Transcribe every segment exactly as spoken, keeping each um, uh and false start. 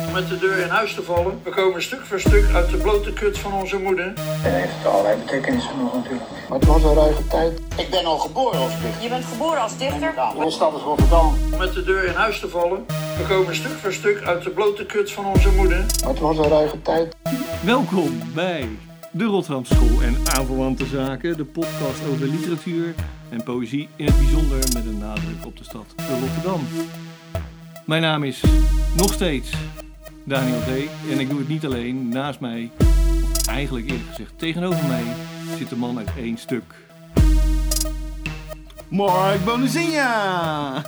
met de deur in huis te vallen. We komen stuk voor stuk uit de blote kut van onze moeder. En heeft allerlei betekenissen nog natuurlijk. Maar het was een ruige tijd. Ik ben al geboren als dichter. Je bent geboren als dichter? Ja, mijn stad is Rotterdam. Met de deur in huis te vallen. We komen stuk voor stuk uit de blote kut van onze moeder. Maar het was een ruige tijd. Welkom bij de Rotterdamse School en aanverwante zaken, de podcast over literatuur en poëzie in het bijzonder met een nadruk op de stad Rotterdam. Mijn naam is nog steeds Daniel D. en ik doe het niet alleen. Naast mij, of eigenlijk eerlijk gezegd tegenover mij, zit de man uit één stuk. Mark Bonazinha!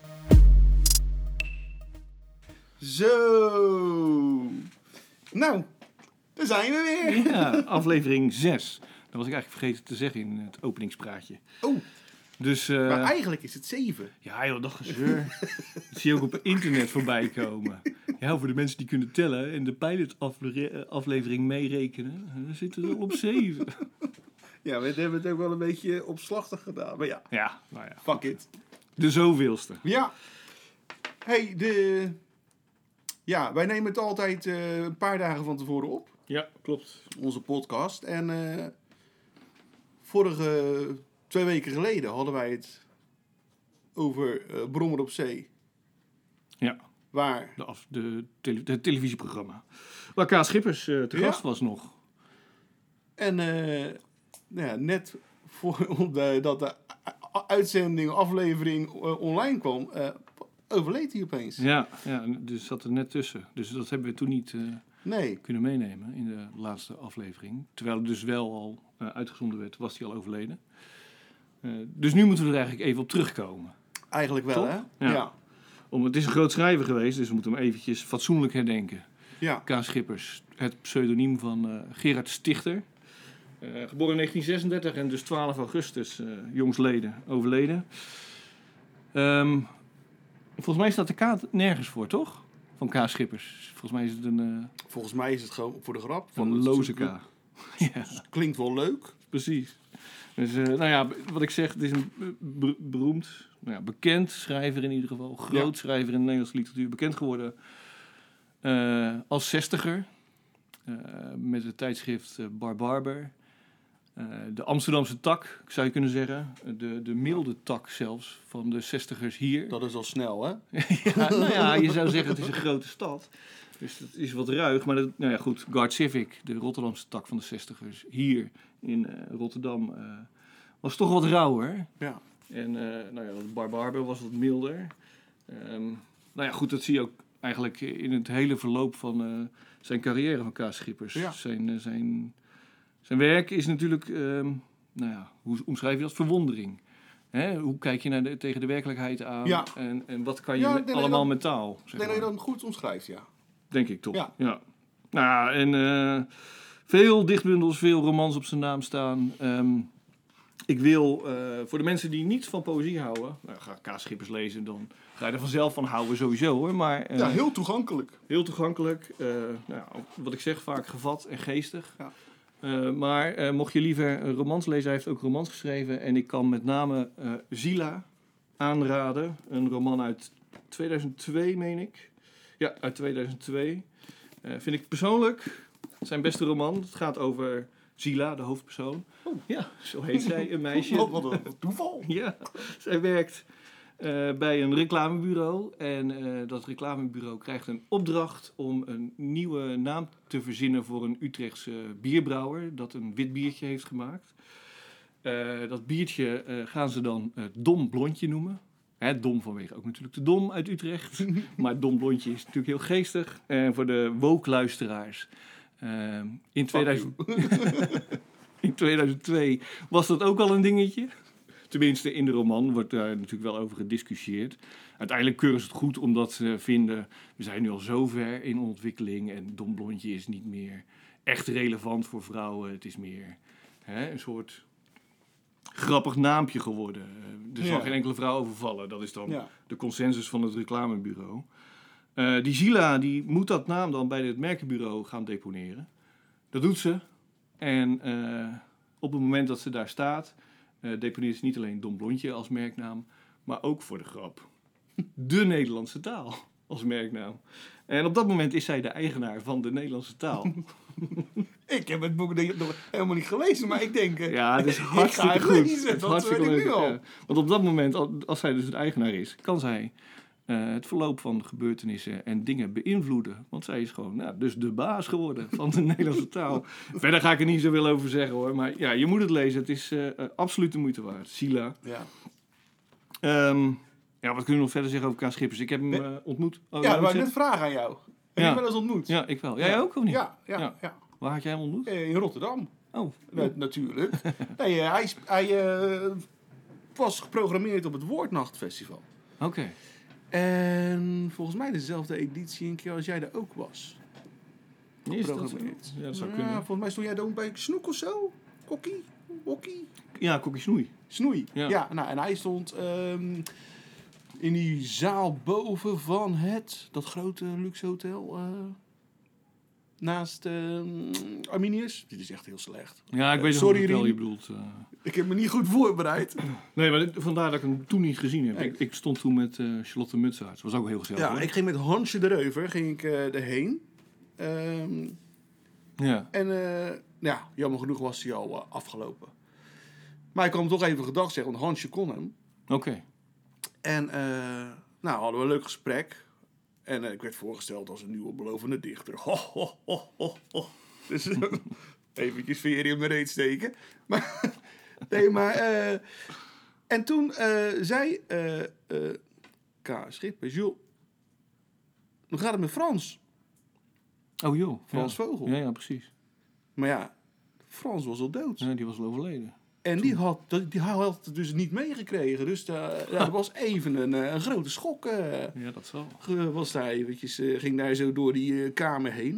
Zo. Nou, daar zijn we weer. Ja, aflevering zes. Dat was ik eigenlijk vergeten te zeggen in het openingspraatje. Oh, Dus, uh, maar eigenlijk is het zeven. ja joh, dat gezeur. Dat zie je ook op internet voorbij komen. Ja, voor de mensen die kunnen tellen en de pilotaflevering meerekenen, dan zitten we al op zeven. Ja, we hebben het ook wel een beetje opslachtig gedaan. Maar ja, Ja, nou ja. fuck it. De zoveelste. Ja. Hey, de... Ja, wij nemen het altijd uh, een paar dagen van tevoren op. Ja, klopt. Onze podcast. En uh, vorige twee weken geleden hadden wij het over uh, Brommer op Zee. Ja, Waar? de, af, de, tele, de televisieprogramma. Waar Kaas Schippers uh, te Ja. gast was nog. En uh, nou ja, net voordat de, dat de uitzending, aflevering uh, online kwam, uh, overleed hij opeens. Ja, ja, dus zat er net tussen. Dus dat hebben we toen niet uh, Nee. kunnen meenemen in de laatste aflevering. Terwijl het dus wel al uh, uitgezonden werd, was hij al overleden. Uh, dus nu moeten we er eigenlijk even op terugkomen. Eigenlijk wel, Toch? hè? Ja. Ja. Om, het is een groot schrijver geweest, dus we moeten hem eventjes fatsoenlijk herdenken. Ja. Kaas Schippers, het pseudoniem van uh, Gerard Stichter. Uh, geboren in negentien zesendertig en dus twaalf augustus, uh, jongsleden, overleden. Um, volgens mij staat de K nergens voor, toch? Van Kaas Schippers. Volgens mij is het een, uh, Volgens mij is het gewoon voor de grap. een het loze is- K. Ja, Klinkt wel leuk. precies. Dus, uh, nou ja, wat ik zeg, het is een be- beroemd, nou ja, bekend schrijver in ieder geval. Groot Ja. schrijver in de Nederlandse literatuur. Bekend geworden uh, als zestiger. Uh, met het tijdschrift uh, Bar Barber. Uh, de Amsterdamse tak, zou je kunnen zeggen. De, de milde tak zelfs van de zestigers hier. Dat is al snel, hè? Ja, nou ja, je zou zeggen het is een grote stad. Dus dat is wat ruig. Maar dat, nou ja, goed, Guard Civic, de Rotterdamse tak van de zestigers, hier in uh, Rotterdam, uh, was toch wat rauwer. Ja. En uh, nou ja, Bar Barber was wat milder. Um, nou ja, goed, dat zie je ook eigenlijk in het hele verloop van uh, zijn carrière van Kaas Schippers. Ja. Zijn, uh, zijn, zijn werk is natuurlijk, um, nou ja, hoe omschrijf je dat? Verwondering. Hè? Hoe kijk je naar de, tegen de werkelijkheid aan? Ja. En, en wat kan je Ja, met- ik denk dat je allemaal dat- met taal? Ik Zeg denk dat je maar. dat goed omschrijft, ja. Denk ik toch. Ja. Ja. Nou ja, en uh, veel dichtbundels, veel romans op zijn naam staan. Um, ik wil, uh, voor de mensen die niet van poëzie houden, nou, ga Kaas Schippers lezen, dan ga je er vanzelf van houden sowieso hoor. Maar uh, Ja, heel toegankelijk. heel toegankelijk. Uh, nou, wat ik zeg, vaak gevat en geestig. Ja. Uh, maar uh, mocht je liever een romans lezen, hij heeft ook romans geschreven. En ik kan met name uh, Zila aanraden. Een roman uit tweeduizend twee, meen ik. Ja, uit tweeduizend twee. Uh, vind ik persoonlijk zijn beste roman. Het gaat over Zila, de hoofdpersoon. Oh. Ja, zo heet zij, een meisje. Wat, wat een toeval. Ja, zij werkt uh, bij een reclamebureau. En uh, dat reclamebureau krijgt een opdracht om een nieuwe naam te verzinnen voor een Utrechtse bierbrouwer dat een wit biertje heeft gemaakt. Uh, dat biertje uh, gaan ze dan uh, Dom Blondje noemen. Hè, dom vanwege ook natuurlijk de Dom uit Utrecht. Maar Dom Blondje is natuurlijk heel geestig. En voor de woke-luisteraars. Uh, in, tweeduizend... in tweeduizend twee was dat ook al een dingetje. Tenminste, in de roman wordt daar natuurlijk wel over gediscussieerd. Uiteindelijk keuren ze het goed omdat ze vinden, we zijn nu al zo ver in ontwikkeling en Dom Blondje is niet meer echt relevant voor vrouwen. Het is meer hè, een soort grappig naampje geworden. Er zal Ja. geen enkele vrouw overvallen. Dat is dan Ja. de consensus van het reclamebureau. Uh, die Zila die moet dat naam dan bij het merkenbureau gaan deponeren. Dat doet ze. En uh, op het moment dat ze daar staat, uh, deponeert ze niet alleen Dom Blondje als merknaam, maar ook voor de grap de Nederlandse taal. als merknaam. En op dat moment is zij de eigenaar van de Nederlandse taal. Ik heb het boek nog helemaal niet gelezen, maar ik denk... uh, Ja, het is ik hartstikke ga het goed. lezen, Het is dat hartstikke weet ik leuk. nu al. Ja. Want op dat moment, al- als zij dus de eigenaar is, kan zij uh, het verloop van gebeurtenissen en dingen beïnvloeden. Want zij is gewoon nou, dus de baas geworden van de Nederlandse taal. Verder ga ik er niet zoveel over zeggen hoor. Maar ja, je moet het lezen. Het is uh, uh, absoluut de moeite waard. Sila. Ja. Um, ja, wat kunnen we nog verder zeggen over K. Schippers? Ik heb hem uh, ontmoet. Oh, Ja, nou, dat wou ik het- net vragen aan jou. Heb je Ja. hem wel eens ontmoet? Ja, ik wel. Jij ook of niet? Ja, ja, Ja. ja. Waar had jij hem ontmoet? Eh, In Rotterdam. Oh, Na- natuurlijk. Nee, eh, hij is- hij eh, was geprogrammeerd op het Woordnachtfestival. oké. En volgens mij dezelfde editie een keer als jij er ook was. Is dat zo? Geprogrammeerd. Ja, dat zou Ja, kunnen. volgens mij stond jij er ook bij Snoek of zo? Kokkie? Wokkie? Ja, kokkie snoei. Snoei. Ja. Ja, nou, en hij stond ehm, in die zaal boven van het, dat grote luxe hotel, eh, naast ehm, Arminius. Dit is echt heel slecht. Ja, ik weet Eh, nog sorry, wat je Rien. bedoelt. uh. Ik heb me niet goed voorbereid. Nee, maar dit- vandaar dat ik hem toen niet gezien heb. Nee. Ik, ik stond toen met uh, Charlotte Mutsaerts. Dat was ook heel gezellig. Ja, hoor. ik ging met Hansje de Reuver ging ik, eh, erheen. Ehm, Ja. en eh, ja, jammer genoeg was hij al eh, afgelopen. Maar ik had hem toch even gedacht zeggen, want Hansje kon hem. Oké. En eh, nou, hadden we een leuk gesprek. En eh, ik werd voorgesteld als een nieuwe belovende dichter. Ho, ho, ho, ho, ho. Dus uh, eventjes veer in mijn reet steken. Maar, nee, maar... eh, en toen eh, zei eh eh K. Schippers, joh, hoe gaat het met Frans? Oh joh. Frans ja. Vogel. Ja, ja, precies. Maar ja, Frans was al dood. Ja, die was al overleden. En die had, die had het dus niet meegekregen. Dus daar, ja, dat was even een, eh, een grote schok. eh, Ja, dat zal. ge- was daar eventjes, eh, ging daar zo door die eh, kamer heen.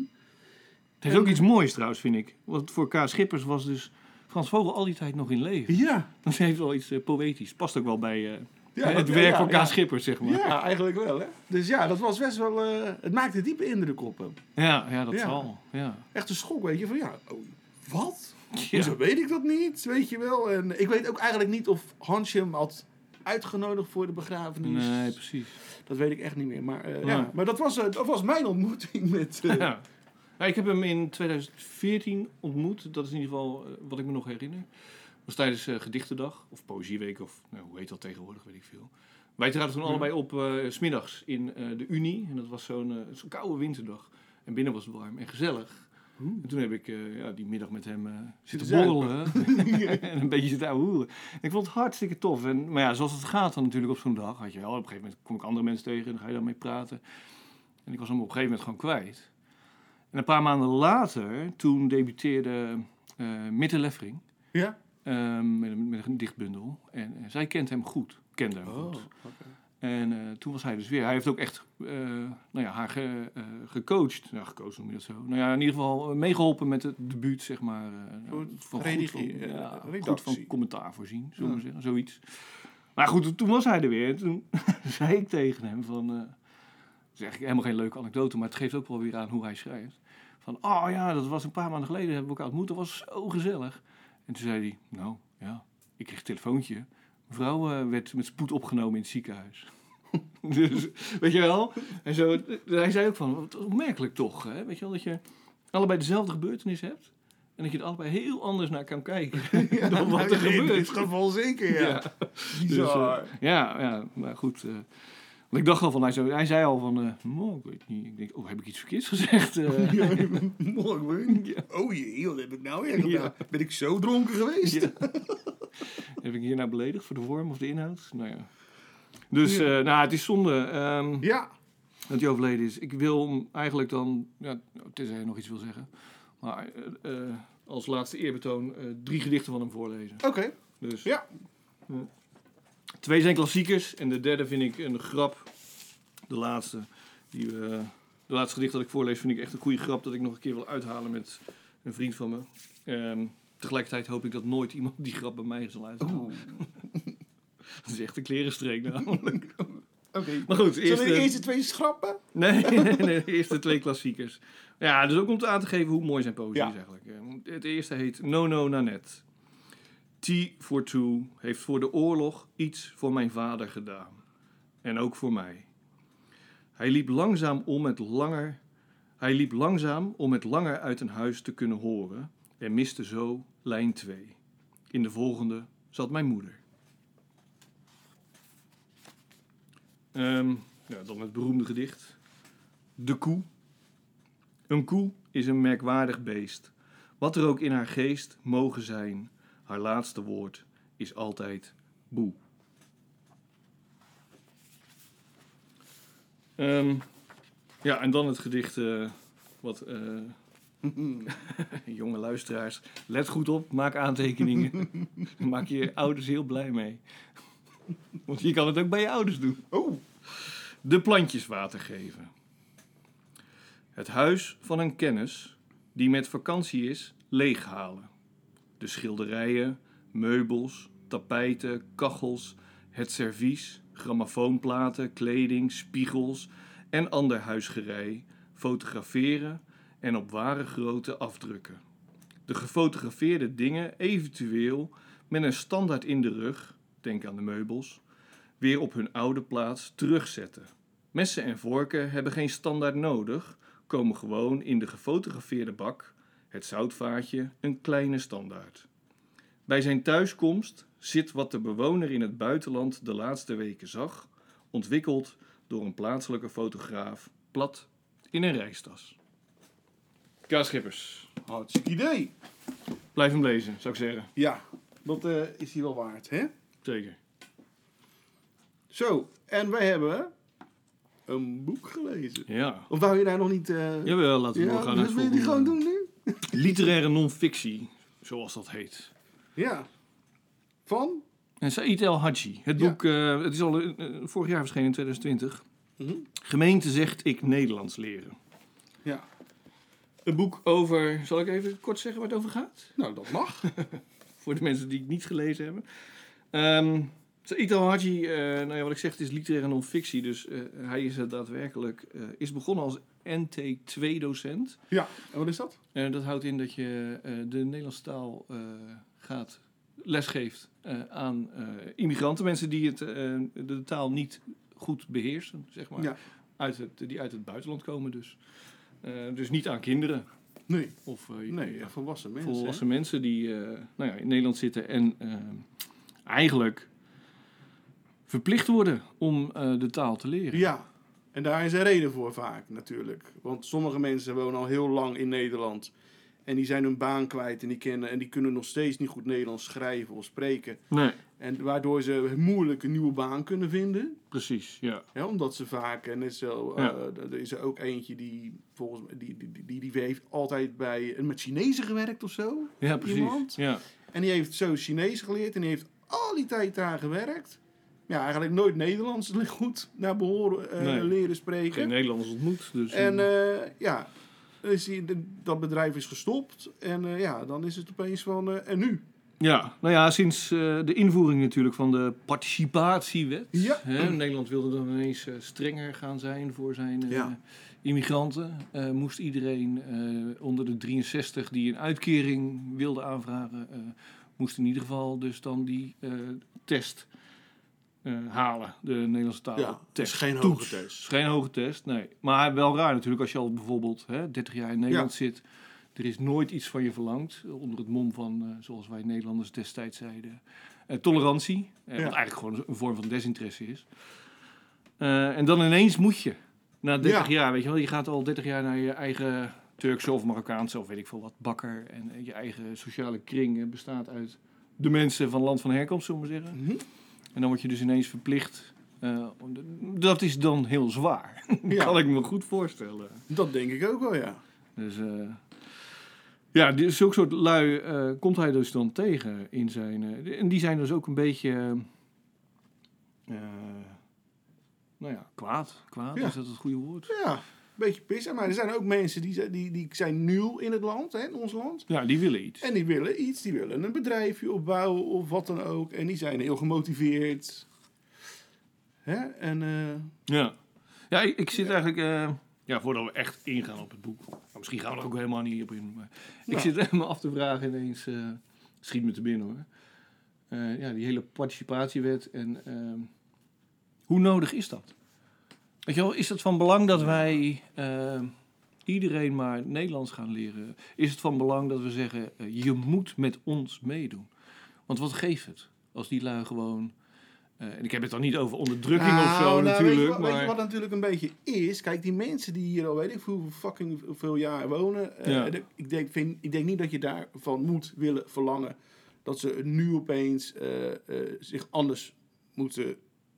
Het heeft ook iets moois trouwens, vind ik. Want voor K. Schippers was dus Frans Vogel al die tijd nog in leven. Ja, Dat heeft wel iets uh, poëtisch. Past ook wel bij uh, Ja, het ja, werk ja, van K. ja. Schippers, zeg maar. ja, eigenlijk wel. Hè? Dus ja, dat was best wel... eh, het maakte diepe indruk op hem. Ja, ja, dat Ja. zal. Ja. Echt een schok, weet je. Van ja, oh, wat? Ja. Hoezo weet ik dat niet? Weet je wel. En ik weet ook eigenlijk niet of Hansje hem had uitgenodigd voor de begrafenis. Nee, precies. Dat weet ik echt niet meer. Maar, eh, Nee. ja, maar dat, was, eh, dat was mijn ontmoeting met... eh, Ja. Ja, ik heb hem in twintig veertien ontmoet. Dat is in ieder geval uh, wat ik me nog herinner. Dat was tijdens uh, Gedichtendag. Of Poëzieweek. Of nou, hoe heet dat tegenwoordig, weet ik veel. Wij traden toen allebei op uh, 's middags in uh, de Unie. En dat was zo'n uh, zo'n koude winterdag. En binnen was het warm en gezellig. En toen heb ik uh, ja, die middag met hem uh, zitten zuipen. borrelen. En een beetje zitten ouwehoeren. Ik vond het hartstikke tof. En, maar ja, zoals het gaat dan natuurlijk op zo'n dag. Had je wel, op een gegeven moment kom ik andere mensen tegen. En dan ga je dan mee praten. En ik was hem op een gegeven moment gewoon kwijt. En een paar maanden later, toen debuteerde uh, Mitte Leffering Ja? um, met, een, met een dichtbundel. En uh, zij kent hem goed, kende hem Oh, goed. oké. En uh, toen was hij dus weer. Hij heeft ook echt uh, nou ja, haar ge, uh, gecoacht. Nou, gecoacht noem je dat zo. Nou ja, in ieder geval meegeholpen met het debuut, zeg maar. Uh, Voor van goed, redige- van, uh, ja, goed redactie. van commentaar voorzien, zullen we Ja. maar zeggen. Zoiets. Maar goed, toen was hij er weer. En toen zei ik tegen hem van... Uh, dat is eigenlijk helemaal geen leuke anekdote, maar het geeft ook wel weer aan hoe hij schrijft. Van, oh ja, dat was een paar maanden geleden, hebben we elkaar ontmoet. Dat was zo gezellig. En toen zei hij, nou ja, ik kreeg een telefoontje. Mevrouw uh, werd met spoed opgenomen in het ziekenhuis. Dus, weet je wel? En zo, hij zei ook van, wat opmerkelijk toch, hè? Weet je wel, dat je allebei dezelfde gebeurtenis hebt. En dat je er allebei heel anders naar kan kijken dan wat er In gebeurt. dit geval zeker, ja. Ja. Bizar. Dus, uh, ja, ja, maar goed. Uh, want ik dacht al van, hij, zo, hij zei al van, uh, oh, ik weet niet. Ik denk, oh, heb ik iets verkeerds gezegd? Uh, Ja, morgen. Ja. Oh jee, wat heb ik nou weer gedaan? Ja. Ben ik zo dronken geweest? Ja. Heb ik hier nou beledigd voor de vorm of de inhoud? Nou ja. Dus, uh, nou, het is zonde um, Ja. dat hij overleden is. Ik wil hem eigenlijk dan, ja, tenzij hij nog iets wil zeggen, maar uh, uh, als laatste eerbetoon uh, drie gedichten van hem voorlezen. Oké. Dus, Ja. twee zijn klassiekers en de derde vind ik een grap. De laatste, die, uh, de laatste gedicht dat ik voorlees vind ik echt een goede grap dat ik nog een keer wil uithalen met een vriend van me. Um, tegelijkertijd hoop ik dat nooit iemand die grap bij mij zal uithalen. Oeh. Dat is echt een klerenstreek namelijk. Oké. Maar goed, Zullen eerst, we de uh, eerste twee schrappen? nee, nee, nee, eerst de twee klassiekers. Ja, dus ook om te aan te geven hoe mooi zijn poëzie Ja. is eigenlijk. Uh, Het eerste heet No No Nanette. T for Two heeft voor de oorlog iets voor mijn vader gedaan. En ook voor mij. Hij liep langzaam om het langer... Hij liep langzaam om het langer uit een huis te kunnen horen en miste zo lijn twee. In de volgende zat mijn moeder. Um, ja, dan het beroemde gedicht. De koe. Een koe is een merkwaardig beest. Wat er ook in haar geest mogen zijn, haar laatste woord is altijd boe. Um, ja, en dan het gedicht uh, wat... Uh, jonge luisteraars, let goed op, maak aantekeningen. Maak je ouders heel blij mee. Want je kan het ook bij je ouders doen. Oh. De plantjes water geven. Het huis van een kennis die met vakantie is, leeghalen. De schilderijen, meubels, tapijten, kachels, het servies, grammofoonplaten, kleding, spiegels en ander huisgerei fotograferen en op ware grootte afdrukken. De gefotografeerde dingen eventueel met een standaard in de rug, denk aan de meubels, weer op hun oude plaats terugzetten. Messen en vorken hebben geen standaard nodig, komen gewoon in de gefotografeerde bak, het zoutvaatje, een kleine standaard. Bij zijn thuiskomst zit wat de bewoner in het buitenland de laatste weken zag, ontwikkeld door een plaatselijke fotograaf, plat in een reistas. Ja, Schippers. Hartstikke idee. Blijf hem lezen, zou ik zeggen. Ja, dat uh, is hij wel waard, hè? Zeker. Zo, en wij hebben een boek gelezen. Ja. Of wou je daar nog niet... Uh... Jawel, laten we ja, doorgaan naar het wil je die volgende. gewoon doen nu? Literaire non-fictie, zoals dat heet. Ja. Van? En Said El Hadji. Het Ja. boek, uh, het is al uh, vorig jaar verschenen in twintig twintig. Mm-hmm. Gemeente zegt ik Nederlands leren. Ja. Een boek over, zal ik even kort zeggen waar het over gaat? Nou, dat mag. Voor de mensen die het niet gelezen hebben. Um, Said El Hadji, uh, nou ja, wat ik zeg, het is literaire non-fictie. Dus uh, hij is er daadwerkelijk, uh, is begonnen als N T twee docent. Ja, en wat is dat? Uh, dat houdt in dat je uh, de Nederlandse taal uh, gaat lesgeeft uh, aan uh, immigranten. Mensen die het, uh, de taal niet goed beheersen, zeg maar. Ja. Uit het, die uit het buitenland komen dus. Uh, dus niet aan kinderen. Nee. Of uh, Nee, ja, volwassen mensen. volwassen mensen die uh, nou ja, in Nederland zitten en uh, eigenlijk verplicht worden om uh, de taal te leren. Ja, en daar is een reden voor vaak natuurlijk. Want sommige mensen wonen al heel lang in Nederland. En die zijn hun baan kwijt en die, kennen, en die kunnen nog steeds niet goed Nederlands schrijven of spreken. Nee, En waardoor ze moeilijk een nieuwe baan kunnen vinden. precies, ja. Ja, omdat ze vaak, en net zo, Ja. uh, er is er ook eentje die volgens mij, die, die, die, die, die heeft altijd bij, met Chinezen gewerkt of zo. Ja, precies. Iemand. Ja. En die heeft zo Chinees geleerd en die heeft al die tijd daar gewerkt. Ja, eigenlijk nooit Nederlands goed naar behoren uh, Nee. leren spreken. Geen Nederlanders ontmoet. Dus, En uh, uh, ja, dus die, de, dat bedrijf is gestopt. En uh, ja, dan is het opeens van, uh, en nu? ja, nou ja, sinds uh, de invoering natuurlijk van de participatiewet. Ja. Hè, Nederland wilde dan ineens uh, strenger gaan zijn voor zijn uh, Ja. immigranten. Uh, moest iedereen uh, onder de drieënzestig die een uitkering wilde aanvragen, uh, moest in ieder geval dus dan die uh, test uh, halen. De Nederlandse taal Ja, test. is geen Toets. hoge test. Is geen hoge test, nee. Maar wel raar natuurlijk als je al bijvoorbeeld hè, dertig jaar in Nederland Ja. zit. Er is nooit iets van je verlangd, onder het mom van, uh, zoals wij Nederlanders destijds zeiden, uh, tolerantie. Uh, Ja. Wat eigenlijk gewoon een vorm van desinteresse is. Uh, en dan ineens moet je, na dertig Ja. jaar, weet je wel, je gaat al dertig jaar naar je eigen Turkse of Marokkaanse of weet ik veel wat, bakker. En uh, je eigen sociale kring uh, bestaat uit de mensen van land van herkomst, zullen we maar zeggen. Mm-hmm. En dan word je dus ineens verplicht. Uh, dat is dan heel zwaar. Ja. Kan ik me goed voorstellen. Dat denk ik ook wel, ja. Dus uh, ja, die, zulke soort lui uh, komt hij dus dan tegen in zijn... Uh, en die zijn dus ook een beetje... Uh, nou ja, kwaad. Kwaad, Ja. is dat het goede woord? Ja, een beetje pissen. Maar er zijn ook mensen die, zijn- die, die zijn nieuw in het land, hè, in ons land. Ja, die willen iets. En die willen iets, die willen een bedrijfje opbouwen of wat dan ook. En die zijn heel gemotiveerd. Hè? En uh, Ja, ja ik, ik zit eigenlijk... Uh, ja, voordat we echt ingaan op het boek. Nou, misschien gaan we er ook helemaal niet op in. Maar ik Ja. zit me af te vragen ineens... Uh, schiet me te binnen hoor. Uh, ja, die hele participatiewet. En uh, hoe nodig is dat? Weet je wel, is het van belang dat wij uh, iedereen maar Nederlands gaan leren? Is het van belang dat we zeggen, uh, je moet met ons meedoen? Want wat geeft het als die lui gewoon... Uh, en ik heb het dan niet over onderdrukking nou, of zo nou, natuurlijk. Weet je, wat, maar... weet je wat natuurlijk een beetje is? Kijk, die mensen die hier al weet ik hoeveel fucking veel jaar wonen. Uh, ja. de, ik, denk, vind, ik denk niet dat je daarvan moet willen verlangen dat ze nu opeens uh, uh, zich anders moeten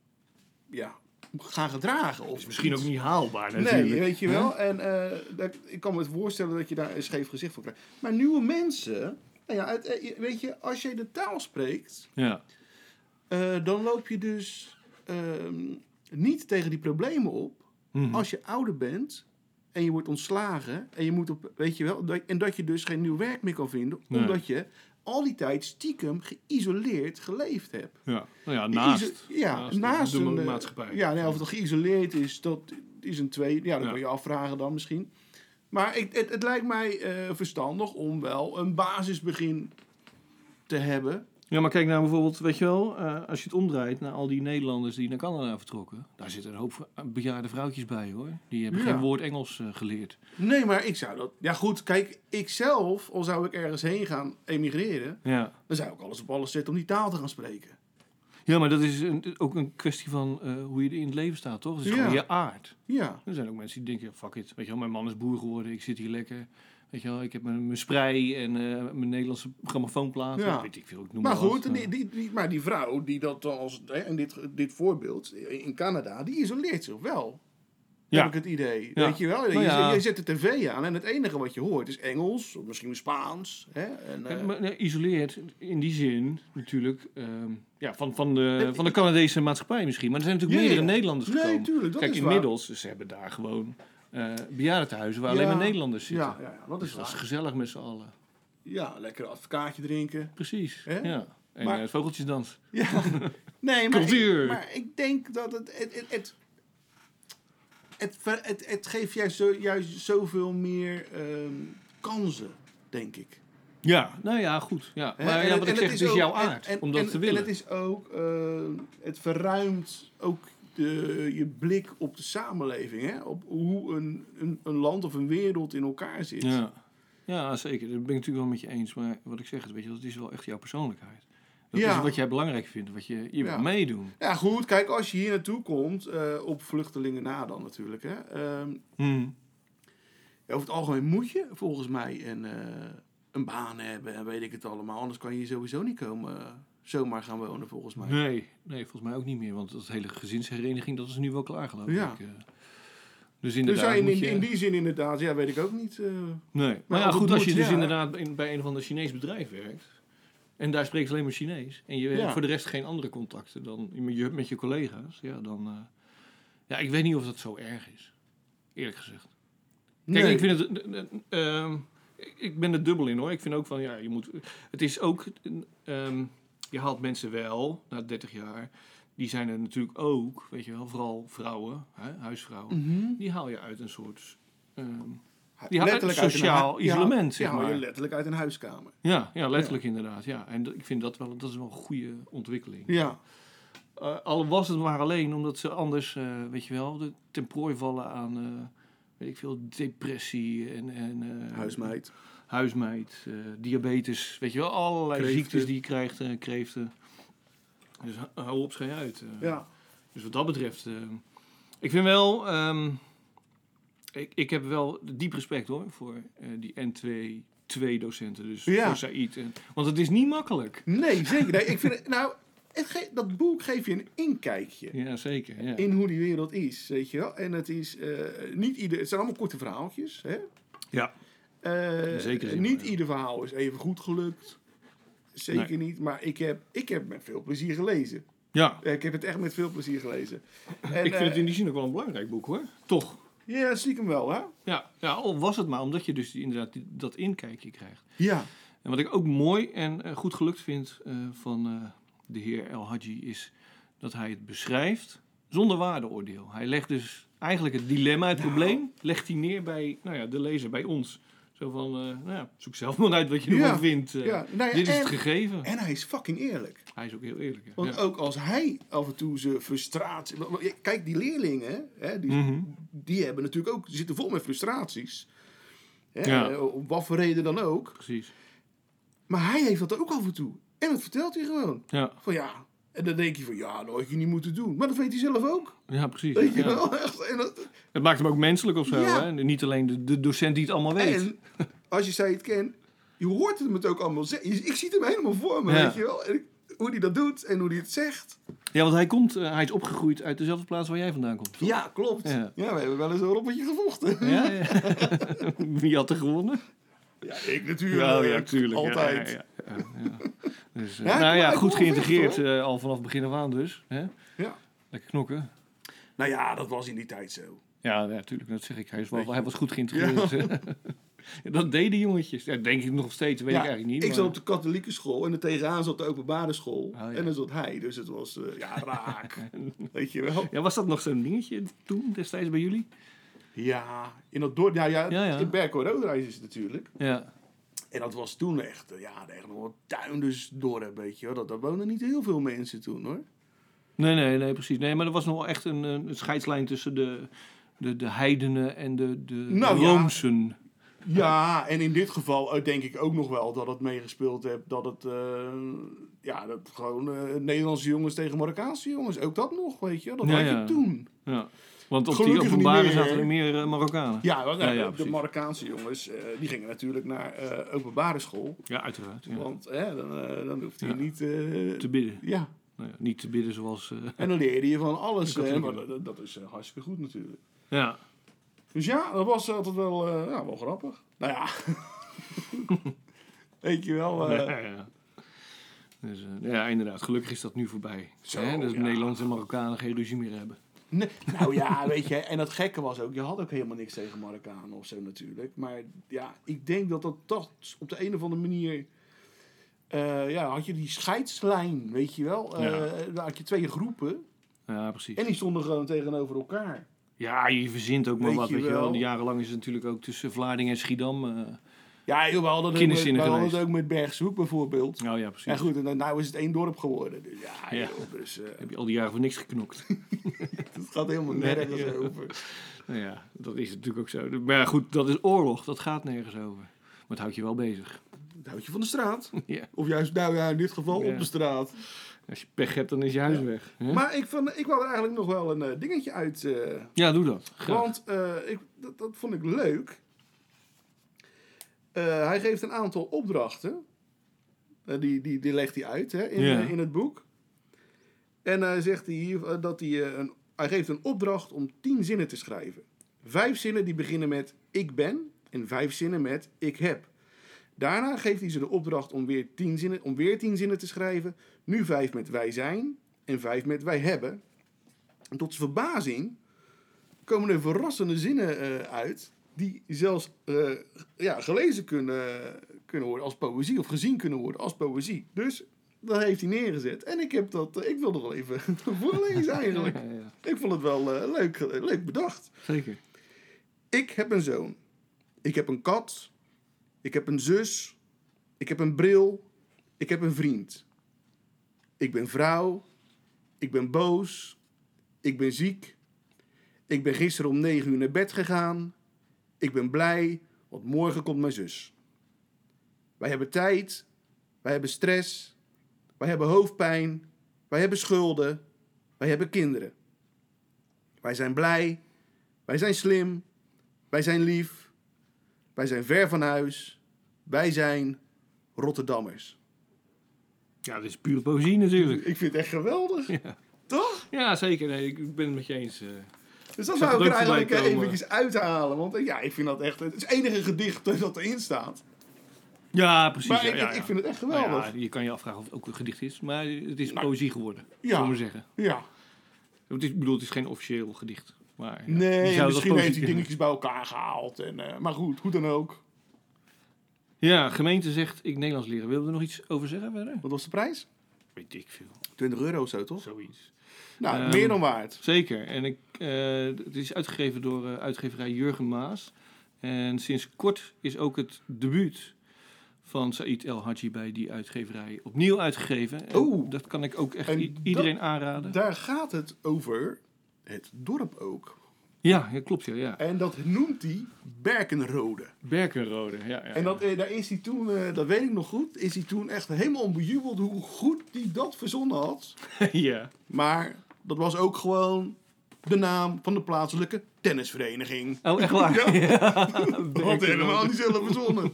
ja, gaan gedragen. Of misschien iets. ook niet haalbaar natuurlijk. Nee, weet je wel. En uh, dat, ik kan me voorstellen dat je daar een scheef gezicht voor krijgt. Maar nieuwe mensen, nou ja, het, weet je, als je de taal spreekt... Ja. Uh, dan loop je dus uh, niet tegen die problemen op mm-hmm. als je ouder bent en je wordt ontslagen en je moet op, weet je wel, dat, en dat je dus geen nieuw werk meer kan vinden, nee. omdat je al die tijd stiekem geïsoleerd geleefd hebt. Ja, nou ja, naast, Iso- ja, naast, naast de, de een, maatschappij. Ja, nee, of het geïsoleerd is, dat is een tweede. Ja, dat ja. kan je afvragen dan misschien. Maar ik, het, het lijkt mij uh, verstandig om wel een basisbegin te hebben. Ja, maar kijk nou bijvoorbeeld, weet je wel, uh, als je het omdraait naar al die Nederlanders die naar Canada vertrokken, daar zitten een hoop bejaarde vrouwtjes bij, hoor. Die hebben ja. geen woord Engels uh, geleerd. Nee, maar ik zou dat... Ja goed, kijk, ik zelf, al zou ik ergens heen gaan emigreren, ja. dan zou ik alles op alles zetten om die taal te gaan spreken. Ja, maar dat is een, ook een kwestie van uh, hoe je in het leven staat, toch? Dat is ja. gewoon je aard. Ja. Er zijn ook mensen die denken, fuck it, weet je wel, mijn man is boer geworden, ik zit hier lekker... Weet je wel, ik heb mijn, mijn sprei en uh, mijn Nederlandse grammofoonplaat. Ja. Weet ik veel, ik noem maar maar goed, wat, die, die, die, maar die vrouw die dat als hè, in dit, dit voorbeeld in Canada, die isoleert zich wel. Ja. Heb ik het idee. Ja. Weet je wel? Je, nou ja. je, je zet de tv aan en het enige wat je hoort is Engels, of misschien Spaans. Hè? En, uh... ja, maar, nee, isoleert in die zin natuurlijk um, ja, van, van, de, van de Canadese maatschappij misschien. Maar er zijn natuurlijk ja, meerdere ja. Nederlanders gekomen. Nee, tuurlijk, dat Kijk, is inmiddels, waar. ze hebben daar gewoon... Uh, bejaardentehuizen waar ja, alleen maar Nederlanders zitten. Ja, ja, ja, dat is dus dat is gezellig met z'n allen. Ja, lekker een advocaatje drinken. Precies, He? ja. En maar, uh, vogeltjesdans. Ja, nee, maar Cultuur. Ik, maar ik denk dat het... Het, het, het, het, het, het, het geeft juist, zo, juist zoveel meer um, kansen, denk ik. Ja, nou ja, goed. Ja. Maar en, ja, wat en ik zeg, het is, is jouw aard en, en, om dat en, te willen. En het is ook... Uh, het verruimt ook... De, je blik op de samenleving, hè? Op hoe een, een, een land of een wereld in elkaar zit. Ja. ja, zeker. Dat ben ik natuurlijk wel met je eens. Maar wat ik zeg, weet je, dat is wel echt jouw persoonlijkheid. Dat ja. is wat jij belangrijk vindt, wat je, je ja. wil meedoen. Ja, goed. Kijk, als je hier naartoe komt, uh, op vluchtelingen na dan natuurlijk. Hè? Um, hmm. ja, over het algemeen moet je volgens mij een, uh, een baan hebben en weet ik het allemaal. Anders kan je hier sowieso niet komen... Uh, zomaar gaan wonen, volgens mij. Nee, nee, volgens mij ook niet meer. Want dat hele gezinshereniging, dat is nu wel klaar, geloof ja. ik. Uh, dus inderdaad dus ja, in, moet je... in die zin inderdaad, ja, weet ik ook niet. Uh, nee, maar, maar ja, goed, moet, als je dus ja. inderdaad in, bij een of ander Chinees bedrijf werkt... en daar spreekt alleen maar Chinees... en je ja. hebt voor de rest geen andere contacten dan met je, met je collega's... ja, dan... Uh, ja, ik weet niet of dat zo erg is. Eerlijk gezegd. Kijk, nee. ik vind het... Uh, uh, uh, ik ben er dubbel in, hoor. Ik vind ook van, ja, je moet... Het is ook... Um, Je haalt mensen wel, na dertig jaar, die zijn er natuurlijk ook, weet je wel, vooral vrouwen, hè, huisvrouwen, mm-hmm. die haal je uit een soort, um, die haal uit sociaal een, isolement, ja, zeg maar. Die haal je letterlijk uit een huiskamer. Ja, ja letterlijk ja. inderdaad, ja. En d- ik vind dat wel, dat is wel een goede ontwikkeling. Ja. Uh, al was het maar alleen omdat ze anders, uh, weet je wel, de, ten prooi vallen aan, uh, weet ik veel, depressie en... en uh, huismeid. Huismeid, uh, diabetes, weet je wel, allerlei kreeften. ziektes die je krijgt, uh, kreeften. Dus hou op, schei uit. Uh. Ja. Dus wat dat betreft, uh, ik vind wel, um, ik, ik heb wel diep respect, hoor, voor uh, die N twee twee docenten, dus ja. voor Saïd. En, want het is niet makkelijk. Nee, zeker. Nee, ik vind het, nou, het ge- dat boek geeft je een inkijkje. Ja, zeker. Ja. In hoe die wereld is, weet je wel. En het is uh, niet ieder, het zijn allemaal korte verhaaltjes, hè. Ja. Uh, Zeker niet maar, ja. ieder verhaal is even goed gelukt. Zeker nee. niet. Maar ik heb, ik heb met veel plezier gelezen. Ja. Ik heb het echt met veel plezier gelezen. En, ik vind uh, het in die zin ook wel een belangrijk boek, hoor. Toch? Ja, stiekem wel, hè? Ja, ja, al was het maar omdat je dus die, inderdaad die, dat inkijkje krijgt. Ja. En wat ik ook mooi en uh, goed gelukt vind uh, van uh, de heer El Hadji is dat hij het beschrijft zonder waardeoordeel. Hij legt dus eigenlijk het dilemma, het nou. probleem, legt hij neer bij nou ja, de lezer, bij ons. Zo van, uh, nou ja, zoek zelf maar uit wat je Ja. ervan vindt. Uh, Ja. Nou ja, dit is en, het gegeven. En hij is fucking eerlijk. Hij is ook heel eerlijk. Hè? Want Ja. ook als hij af en toe zijn frustratie... Kijk, die leerlingen, hè, die, Mm-hmm. die hebben natuurlijk ook... Die zitten vol met frustraties. Hè, Ja. Om wat voor reden dan ook. Precies. Maar hij heeft dat ook af en toe. En dat vertelt hij gewoon. Ja, Van ja... En dan denk je van, ja, dat had je niet moeten doen. Maar dat weet hij zelf ook. ja precies. Weet je Ja. wel? Echt. En, dat, Het maakt hem ook menselijk of zo. Ja. Hè? Niet alleen de, de docent die het allemaal weet. en als je zei het kent, je hoort hem het ook allemaal zeggen. Ik zie hem helemaal voor me, Ja. weet je wel. En ik- hoe hij dat doet en hoe hij het zegt. Ja, want hij, komt, uh, hij is opgegroeid uit dezelfde plaats waar jij vandaan komt. Toch? Ja, klopt. Ja. Ja, we hebben wel eens een robbertje gevochten. Ja, ja. Wie had er gewonnen? Ja, ik natuurlijk. Ja, ja, tuurlijk. Altijd. Ja, ja, ja, ja. Dus, uh, Ja, ik nou kom- ja, ik goed kom geïntegreerd vechten, uh, al vanaf het begin af aan dus. Hè? Ja. Lekker knokken. Nou ja, dat was in die tijd zo. Ja, ja, tuurlijk, dat zeg ik. Hij, is wel, Weet je. hij was goed geïntegreerd. Ja. Dat deden jongetjes. Ja, denk ik nog steeds, weet Ja, ik eigenlijk niet. ik maar- zat op de katholieke school en er tegenaan zat de openbare school. Oh, ja. En dan zat hij, dus het was uh, ja, raak. Weet je wel? Ja, was dat nog zo'n dingetje toen, destijds bij jullie? Ja, in dat dorp, ja, ja, Ja, ja. in Berkel-Roderijs is het natuurlijk. Ja. En dat was toen echt, uh, ja, echt nog een tuindersdorp, weet je wel. Dat, daar woonden niet heel veel mensen toen, hoor. Nee, nee, nee, precies. Nee, maar er was nog wel echt een, een scheidslijn tussen de, de, de heidenen en de, de, Nou, de ja. roomsen. Ja, en in dit geval uh, denk ik ook nog wel dat het meegespeeld heeft. Dat het, uh, ja, dat gewoon uh, Nederlandse jongens tegen Marokkaanse jongens. Ook dat nog, weet je. Dat Ja, had je ja. toen. Ja. Want op Gelukkig die niet openbare meer. zaten er meer uh, Marokkanen. Ja, want, uh, Ja, ja, de precies. Marokkaanse jongens, uh, die gingen natuurlijk naar uh, openbare school. Ja, uiteraard. Ja. Want hè, dan, uh, dan hoefde je Ja. niet... Uh, Te bidden. ja, Nou ja, niet te bidden zoals... Uh, en dan leerde je van alles. De Hè, katholieken. maar dat, dat is uh, hartstikke goed natuurlijk. ja. Dus ja, dat was altijd wel, uh, ja, wel grappig. Nou ja. Weet je wel. Uh, Ja, ja. Dus, uh, ja, inderdaad. Gelukkig is dat nu voorbij. Zo, Hè? Dat ja. Nederlanders en Marokkanen geen ruzie meer hebben. Nee, nou ja, weet je, en het gekke was ook, je had ook helemaal niks tegen Marokkanen of zo natuurlijk. Maar ja, ik denk dat dat toch op de een of andere manier, uh, ja, had je die scheidslijn, weet je wel. Uh, Ja. Dan had je twee groepen Ja, precies. en die stonden gewoon tegenover elkaar. Ja, je verzint ook maar Weet wat. je Weet je wel. wel. Jarenlang is het natuurlijk ook tussen Vlaardingen en Schiedam. Uh, Ja, joh, we hadden het ook met, Kinderzinnen we hadden het geweest. ook met Bergshoek bijvoorbeeld. nou ja, precies. En goed, en dan, nou is het één dorp geworden. Dus ja, Ja. joh, dus uh, Heb je al die jaren voor niks geknokt. het gaat helemaal Nee, nergens ja. over. Nou ja, dat is natuurlijk ook zo. Maar ja, goed, dat is oorlog. Dat gaat nergens over. Maar het houdt je wel bezig. Het houdt je van de straat. Ja. Of juist, nou ja, in dit geval Ja. op de straat. Als je pech hebt, dan is je huis Ja. weg. Hè? Maar ik, vond, ik wou er eigenlijk nog wel een uh, dingetje uit... Uh, Ja, doe dat. Graag. Want uh, ik, dat, dat vond ik leuk. Uh, hij geeft een aantal opdrachten. Uh, die, die, die legt hij uit hè, in, Ja. uh, in het boek. En hij uh, zegt hij hier uh, dat hij... Uh, een, hij geeft een opdracht om tien zinnen te schrijven. Vijf zinnen die beginnen met ik ben. En vijf zinnen met ik heb. Daarna geeft hij ze de opdracht om weer tien zinnen, om weer tien zinnen te schrijven. Nu vijf met wij zijn. En vijf met wij hebben. En tot zijn verbazing komen er verrassende zinnen uh, uit, die zelfs uh, ja, gelezen kunnen, kunnen worden als poëzie, of gezien kunnen worden als poëzie. Dus dat heeft hij neergezet. En ik heb dat, uh, ik wil nog wel even voorlezen eigenlijk. Ja, ja, ja. Ik vond het wel uh, leuk, uh, leuk bedacht. Zeker. Ik heb een zoon. Ik heb een kat. Ik heb een zus. Ik heb een bril. Ik heb een vriend. Ik ben vrouw. Ik ben boos. Ik ben ziek. Ik ben gisteren om negen uur naar bed gegaan. Ik ben blij, want morgen komt mijn zus. Wij hebben tijd. Wij hebben stress. Wij hebben hoofdpijn. Wij hebben schulden. Wij hebben kinderen. Wij zijn blij. Wij zijn slim. Wij zijn lief. Wij zijn ver van huis. Wij zijn Rotterdammers. Ja, dat is pure poëzie natuurlijk. Ik vind het echt geweldig. Ja, Toch? ja zeker. Nee, ik ben het met je eens. Uh, Dus dat Zag zou ik het er ook voorbij eigenlijk komen. eventjes uithalen. Want eh, ja, ik vind dat echt... Het is het enige gedicht dat erin staat. Ja, precies. Maar ja, ik, ja, ik ja. vind het echt Nou geweldig. ja, je kan je afvragen of het ook een gedicht is. Maar het is Nou, poëzie geworden. ja. Zullen we maar zeggen. Ja. Het is, ik bedoel, het is geen officieel gedicht. Maar, ja, Nee, je en zou dat misschien poëzie heeft hij kunnen- dingetjes bij elkaar gehaald. En, uh, maar goed, hoe dan ook. Ja, gemeente zegt ik Nederlands leren. Willen we er nog iets over zeggen verder? Wat was de prijs? Weet ik veel. twintig euro of zo, toch? Zoiets. Nou, Ehm, meer dan waard. Zeker. En ik, uh, het is uitgegeven door uh, uitgeverij Jurgen Maas. En sinds kort is ook het debuut van Saïd El Hadji bij die uitgeverij opnieuw uitgegeven. En Oh. dat kan ik ook echt En i- iedereen dat- aanraden. Daar gaat het over het dorp ook. Ja, ja, klopt. Ja, ja. En dat noemt hij Berkenrode. Berkenrode, ja. ja En dat, eh, daar is hij toen, eh, dat weet ik nog goed, is hij toen echt helemaal onbejubeld hoe goed hij dat verzonnen had. ja. Maar dat was ook gewoon de naam van de plaatselijke tennisvereniging. Oh, echt waar? Ja. Ja. Dat had hij helemaal niet zelf verzonnen.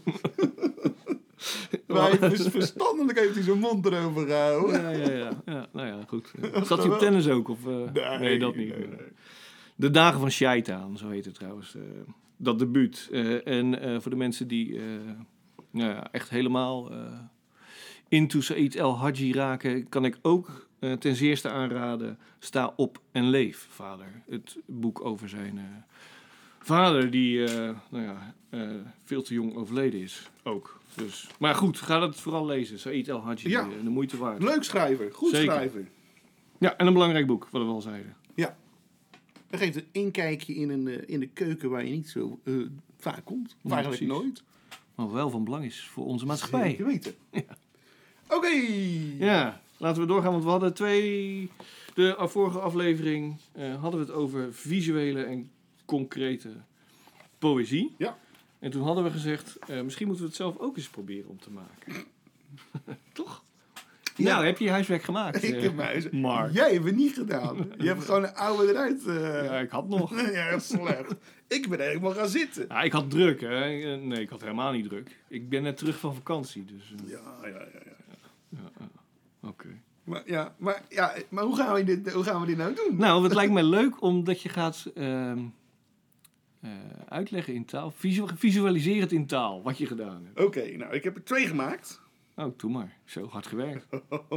Maar hij is verstandelijk heeft hij zijn mond erover gehouden. Ja, ja, ja. ja. Nou ja, goed. Zat hij op tennis ook? Of, uh, nee, nee, dat niet. nee, nee. De Dagen van Shaitaan, zo heet het trouwens. Uh, dat debuut. Uh, en uh, voor de mensen die uh, nou ja, echt helemaal uh, into Saïd El Hadji raken, kan ik ook uh, ten zeerste aanraden Sta op en leef, vader. Het boek over zijn uh, vader die uh, nou ja, uh, veel te jong overleden is. Ook. Dus, maar goed, ga dat vooral lezen. Saïd El Hadji, Ja. uh, de moeite waard. Leuk schrijver, goed Zeker. schrijver. Ja, en een belangrijk boek, wat we al zeiden. Ja. Dat geeft een inkijkje in, een, uh, in de keuken waar je niet zo uh, vaak komt. Of Ja, eigenlijk precies. nooit. Maar wel van belang is voor onze maatschappij. Zeker weten. Oké. Ja, laten we doorgaan, want we hadden twee... De vorige aflevering uh, hadden we het over visuele en concrete poëzie. Ja. En toen hadden we gezegd, uh, misschien moeten we het zelf ook eens proberen om te maken. Toch? Ja. Nou, heb je je huiswerk gemaakt? Ik uh, heb mij Mark. Jij hebt het niet gedaan. Je hebt gewoon een oude eruit. Uh... Ja, ik had nog. Ja, dat is slecht. Ik ben helemaal gaan zitten. Ja, ik had druk, hè. Nee, ik had helemaal niet druk. Ik ben net terug van vakantie, dus... Uh, Ja, ja, ja. ja. ja, uh, Oké. Okay. Maar, ja, maar, ja, maar hoe, gaan we dit, hoe gaan we dit nou doen? Nou, het lijkt mij leuk omdat je gaat uh, uh, uitleggen in taal. Visu- visualiseer het in taal, wat je gedaan hebt. Oké, okay, nou, ik heb er twee gemaakt. Oh, doe maar. Zo hard gewerkt.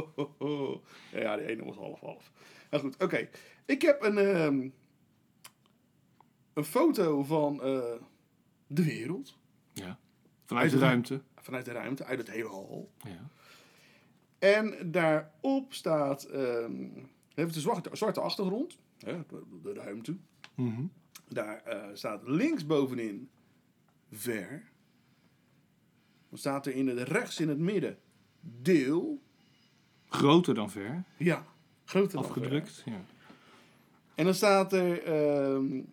Ja, de ene was half-half. Nou goed, oké. Okay. Ik heb een, um, een foto van uh, de wereld. Ja. Vanuit de ruimte. Vanuit de ruimte, uit het heelal. Ja. En daarop staat... Um, heeft een zwarte, zwarte achtergrond. Hè, de, de ruimte. Mm-hmm. Daar uh, staat links bovenin ver. Dan staat er in het, rechts in het midden deel. Groter dan ver. Ja, groter dan afgedrukt. ver. Ja. En dan staat er um,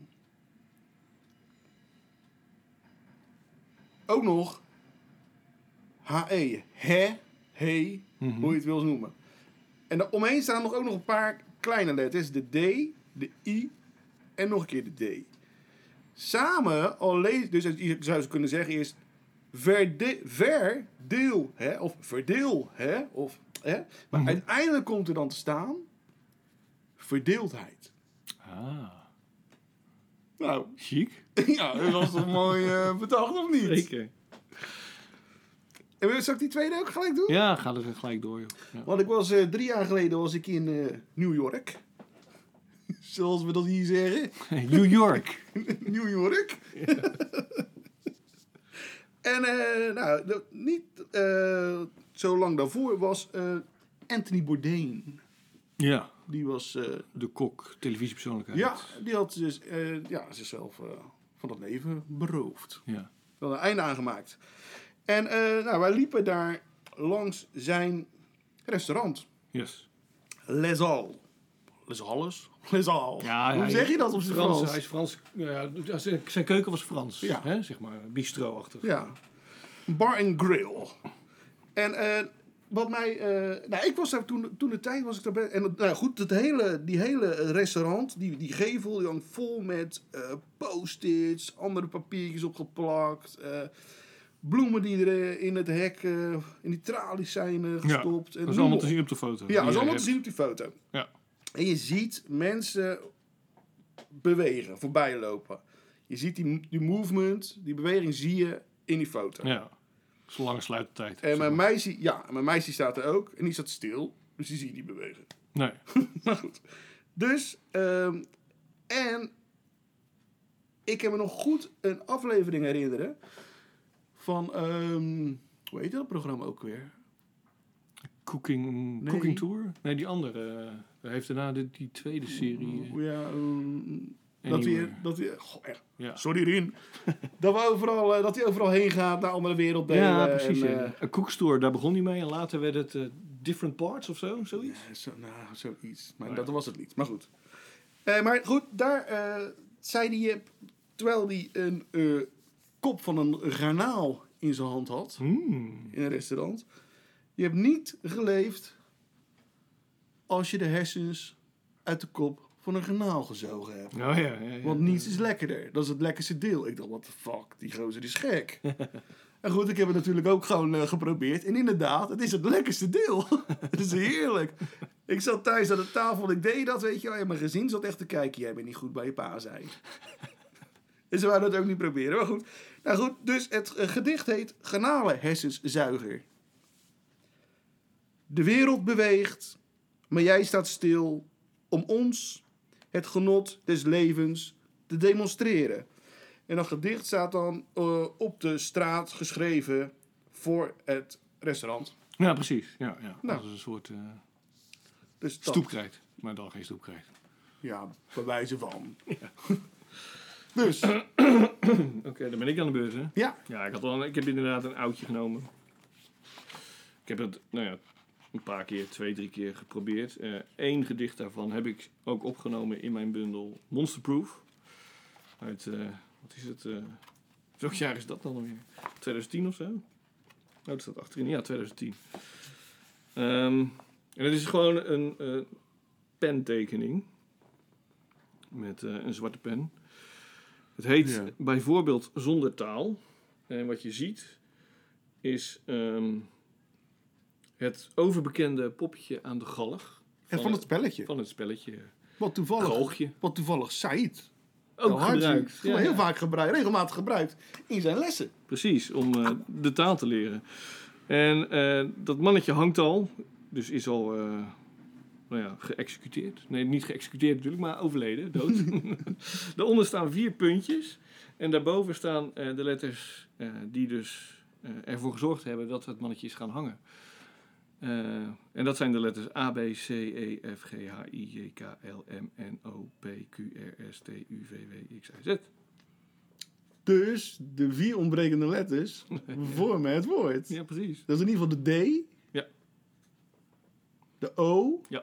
ook nog H E. He, he, Mm-hmm. hoe je het wil noemen. En daaromheen staan nog ook nog een paar kleine letters. De D, de I en nog een keer de D. Samen, al lees, dus je zou ze kunnen zeggen is verde, verdeel, hè, of verdeel, hè, of, hè. Maar Mm-hmm. uiteindelijk komt er dan te staan verdeeldheid. Ah. Nou, Chic. ja, dat was toch mooi uh, bedacht, of niet? Zeker. En zal ik die tweede ook gelijk doen? Ja, ga er gelijk door, joh. Ja. Want ik was uh, drie jaar geleden was ik in uh, New York. Zoals we dat hier zeggen. New York. New York. Ja. En uh, nou, de, niet uh, zo lang daarvoor was uh, Anthony Bourdain. Ja. Die was... Uh, de kok, televisiepersoonlijkheid. Ja, die had dus, uh, ja, zichzelf uh, van het leven beroofd. Ja. Wel een einde aangemaakt. En uh, nou, wij liepen daar langs zijn restaurant. Yes. Les Halles. Les Halles? Les Halles. Ja, Hoe ja, zeg je dat op zijn Frans? Frans? Hij is Frans. Ja, zijn, zijn keuken was Frans. Ja. Hè, zeg maar, bistro-achtig. Ja. Bar and grill. En uh, wat mij... Uh, nou, ik was daar toen, toen de tijd was ik daarbij... En nou goed, het hele, die hele restaurant, die, die gevel, die hangt vol met uh, post-its, andere papiertjes opgeplakt... Uh, bloemen die er in het hek, uh, in die tralies zijn uh, gestopt. Ja, dat is allemaal te zien op de foto. Ja, dat is allemaal te zien op die foto. Ja. En je ziet mensen bewegen, voorbij lopen. Je ziet die, die movement, die beweging zie je in die foto. Ja, dat is een lange sluitertijd. En mijn meisje, ja, mijn meisje staat er ook. En die staat stil, dus die zie je niet bewegen. Nee. Maar goed. Dus, um, en ik heb me nog goed een aflevering herinneren van, um, hoe heet dat programma ook weer? Cooking, Nee. cooking Tour? Nee, die andere. Hij heeft daarna de, die tweede serie. Ja, um, Dat Anywhere. hij, dat hij, goh, echt, Ja. sorry Rien. dat, we overal, uh, dat hij overal heen gaat naar andere werelddelen. Ja, precies. En, ja. uh, Een koekstore, daar begon hij mee. En later werd het uh, Different Parts of zo, zoiets. Ja, zo, nou, zoiets. Maar Oh, dat ja. was het niet. Maar goed. Uh, maar goed, daar uh, zei hij, terwijl hij een uh, kop van een garnaal in zijn hand had, Hmm. in een restaurant. Je hebt niet geleefd als je de hersens uit de kop van een garnaal gezogen hebt. Oh ja, ja, ja. Want niets is lekkerder. Dat is het lekkerste deel. Ik dacht, what the fuck, die gozer is gek. En goed, ik heb het natuurlijk ook gewoon uh, geprobeerd. En inderdaad, het is het lekkerste deel. Het is heerlijk. Ik zat thuis aan de tafel en ik deed dat, weet je wel. En mijn gezin zat echt te kijken. Jij bent niet goed bij je pa, zei. En ze wouden dat ook niet proberen. Maar goed. Nou goed, dus het uh, gedicht heet Garnalen hersenszuiger. De wereld beweegt, maar jij staat stil om ons het genot des levens te demonstreren. En dat gedicht staat dan uh, op de straat geschreven voor het restaurant. Ja, precies. Ja, ja. Nou. Dat is een soort uh, Dus dat, stoepkrijt. Maar dan geen stoepkrijt. Ja, bij wijze van. Ja. Dus, Oké, okay, dan ben ik aan de beurt, hè? ja. Ja, ik, had al, ik heb inderdaad een oudje genomen. Ik heb het, nou ja, een paar keer, twee, drie keer geprobeerd. Eén uh, gedicht daarvan heb ik ook opgenomen in mijn bundel Monsterproof. Uit, uh, wat is het? Uh, welk jaar is dat dan alweer? twintig tien of zo? Oh, dat staat achterin. Ja, twintig tien. Um, en het is gewoon een uh, pentekening. Met uh, een zwarte pen. Het heet Ja. bijvoorbeeld Zonder taal. En wat je ziet is um, het overbekende poppetje aan de galg. En van het spelletje. Van het spelletje. Wat toevallig, Galgje. wat toevallig Said Ook gebruikt. Gewoon Ja, heel ja. vaak gebruikt, regelmatig gebruikt in zijn lessen. Precies, om uh, de taal te leren. En uh, dat mannetje hangt al. Dus is al uh, nou ja, geëxecuteerd. Nee, niet geëxecuteerd natuurlijk, maar overleden, dood. Daaronder staan vier puntjes. En daarboven staan uh, de letters uh, die dus uh, ervoor gezorgd hebben dat het mannetje is gaan hangen. Uh, en dat zijn de letters A, B, C, E, F, G, H, I, J, K, L, M, N, O, P, Q, R, S, T, U, V, W, X, Y, Z. Dus de vier ontbrekende letters vormen het woord. Ja, precies. Dat is in ieder geval de D. Ja. De O. Ja.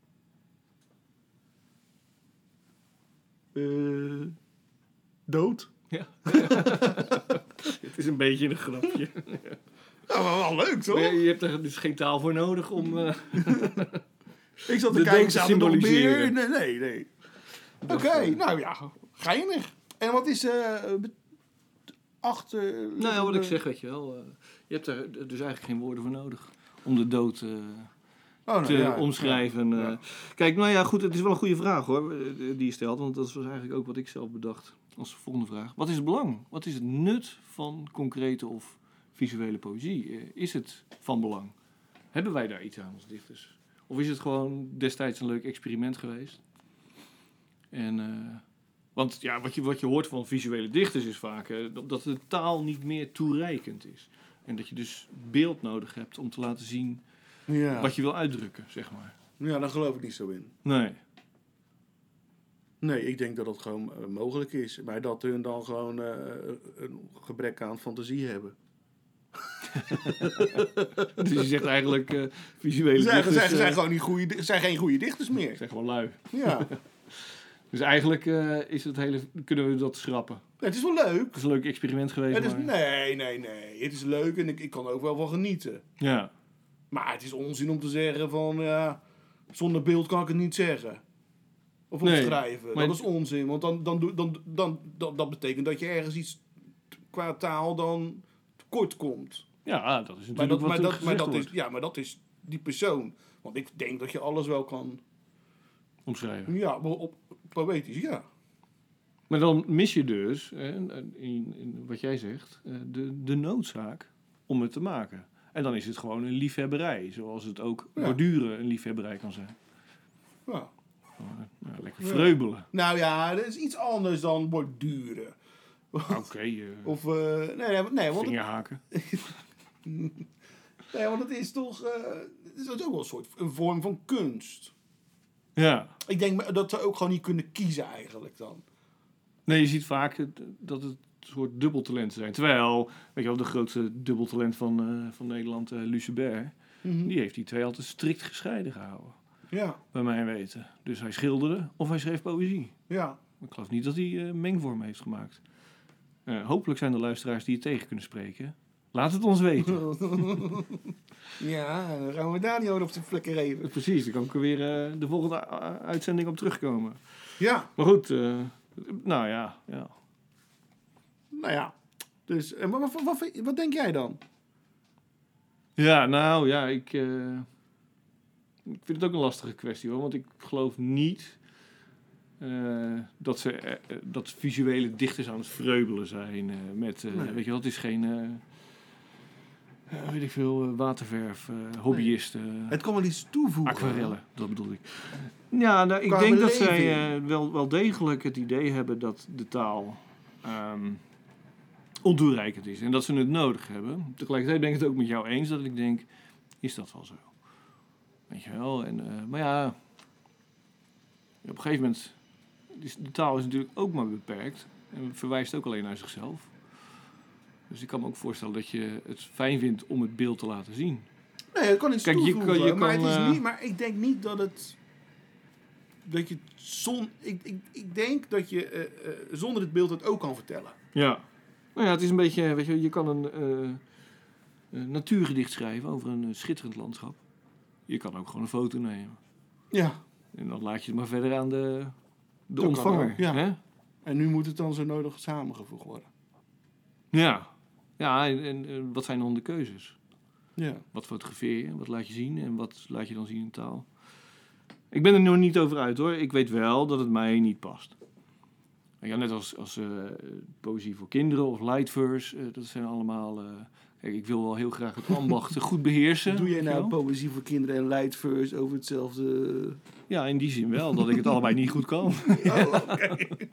Uh, dood. Ja. Het is een beetje een grapje. Ja, maar wel leuk, toch? Maar je, je hebt er dus geen taal voor nodig om... Uh, Ik zat te de kijken, dood te zaten er nog symboliseren. meer? Nee, nee, nee. Oké, Okay, nou ja, geinig. En wat is uh, achter... nou ja, wat ik zeg, weet je wel. Uh, je hebt er dus eigenlijk geen woorden voor nodig om de dood uh, oh, nou, te ja, omschrijven. Ja, Uh, ja. Kijk, nou ja, goed, het is wel een goede vraag hoor, die je stelt. Want dat was eigenlijk ook wat ik zelf bedacht als volgende vraag. Wat is het belang? Wat is het nut van concrete of visuele poëzie? Uh, is het van belang? Hebben wij daar iets aan als dichters? Of is het gewoon destijds een leuk experiment geweest? En, uh, want ja, wat je, wat je hoort van visuele dichters is vaak uh, dat de taal niet meer toereikend is. En dat je dus beeld nodig hebt om te laten zien Ja. wat je wil uitdrukken, zeg maar. Ja, daar geloof ik niet zo in. Nee. Nee, ik denk dat dat gewoon uh, mogelijk is. Maar dat hun dan gewoon uh, een gebrek aan fantasie hebben. Dus je zegt eigenlijk uh, visuele Ze dichters... zijn, uh, zijn, gewoon niet goede, zijn geen goede dichters meer. zijn gewoon lui. Ja. Dus eigenlijk uh, is het hele, kunnen we dat schrappen. Het is wel leuk. Het is een leuk experiment geweest. Het is, maar... nee, nee, nee. Het is leuk en ik, ik kan er ook wel van genieten. Ja. Maar het is onzin om te zeggen van... Ja, zonder beeld kan ik het niet zeggen. Of Nee, omschrijven. maar- Dat is onzin. Want dan, dan, dan, dan, dan, dan, dat betekent dat je ergens iets qua taal dan tekort komt. Ja, dat is Maar natuurlijk dat, wat maar er dat, maar gezegd dat is, wordt. ja, maar dat is die persoon. Want ik denk dat je alles wel kan... Omschrijven. Ja, wel op, poëtisch, ja. Maar dan mis je dus, hè, in, in wat jij zegt, eh, de, de noodzaak om het te maken. En dan is het gewoon een liefhebberij. Zoals het ook Ja. borduren een liefhebberij kan zijn. ja. Gewoon, nou, lekker Ja. vreubelen. Nou ja, dat is iets anders dan borduren. Oké, eh, Of, uh, nee, nee, nee, want, vingerhaken. nee, want het is toch... Uh, het is ook wel een soort een vorm van kunst. Ja. Ik denk dat ze ook gewoon niet kunnen kiezen eigenlijk dan. Nee, je ziet vaak het- dat het een soort dubbeltalenten zijn. Terwijl, weet je wel, de grootste dubbeltalent van, uh, van Nederland, uh, Lucebert, Mhm. die heeft die twee altijd strikt gescheiden gehouden. Ja, Bij mijn weten. Dus hij schilderde of hij schreef poëzie. ja. Ik geloof niet dat hij uh, mengvorm heeft gemaakt. Uh, hopelijk zijn er luisteraars die het tegen kunnen spreken. Laat het ons weten. Ja, dan gaan we daar niet over op de flikker even. Precies, dan kan ik er weer uh, de volgende uh, uitzending op terugkomen. Ja, Maar goed, uh, nou ja, ja. nou ja. Dus, en wat, wat, wat, wat denk jij dan? Ja, nou ja, ik, uh, ik vind het ook een lastige kwestie hoor. Want ik geloof niet uh, dat ze uh, dat visuele dichters aan het vreubelen zijn. Uh, met, uh, Nee. weet je wel, het is geen, uh, uh, weet ik veel, uh, waterverf, uh, hobbyisten, Het kan wel iets toevoegen. aquarellen, dat bedoel ik. Ja, nou, ik Qua denk dat beleving. zij uh, wel, wel degelijk het idee hebben dat de taal um, ontoereikend is. En dat ze het nodig hebben. Tegelijkertijd ben ik het ook met jou eens dat ik denk, is dat wel zo? Weet je wel? En, uh, maar ja, op een gegeven moment, is, de taal is natuurlijk ook maar beperkt. En verwijst ook alleen naar zichzelf. Dus ik kan me ook voorstellen dat je het fijn vindt om het beeld te laten zien. Nee, het kan iets Kijk, je toevoegen. kan- je maar, kan, het is uh, niet, maar ik denk niet dat het... Dat je het zon... Ik, ik, ik denk dat je uh, uh, zonder het beeld het ook kan vertellen. Ja. Nou ja, het is een beetje, weet je, je kan een, uh, een natuurgedicht schrijven over een uh, schitterend landschap. Je kan ook gewoon een foto nemen. Ja. En dan laat je het maar verder aan de, de Dat kan ontvanger. ook, ja. Hè? En nu moet het dan zo nodig samengevoegd worden. Ja. Ja, en, en, en wat zijn dan de keuzes? Ja. Wat fotografeer je? Wat laat je zien? En wat laat je dan zien in taal? Ik ben er nog niet over uit hoor. Ik weet wel dat het mij niet past. Ja, net als, als uh, poëzie voor kinderen of light verse. Uh, dat zijn allemaal... Uh, kijk, ik wil wel heel graag het ambacht goed beheersen. Doe jij weet je nou wel? poëzie voor kinderen en light verse over hetzelfde... Ja, in die zin wel. Dat ik het allebei niet goed kan. Oh, oké.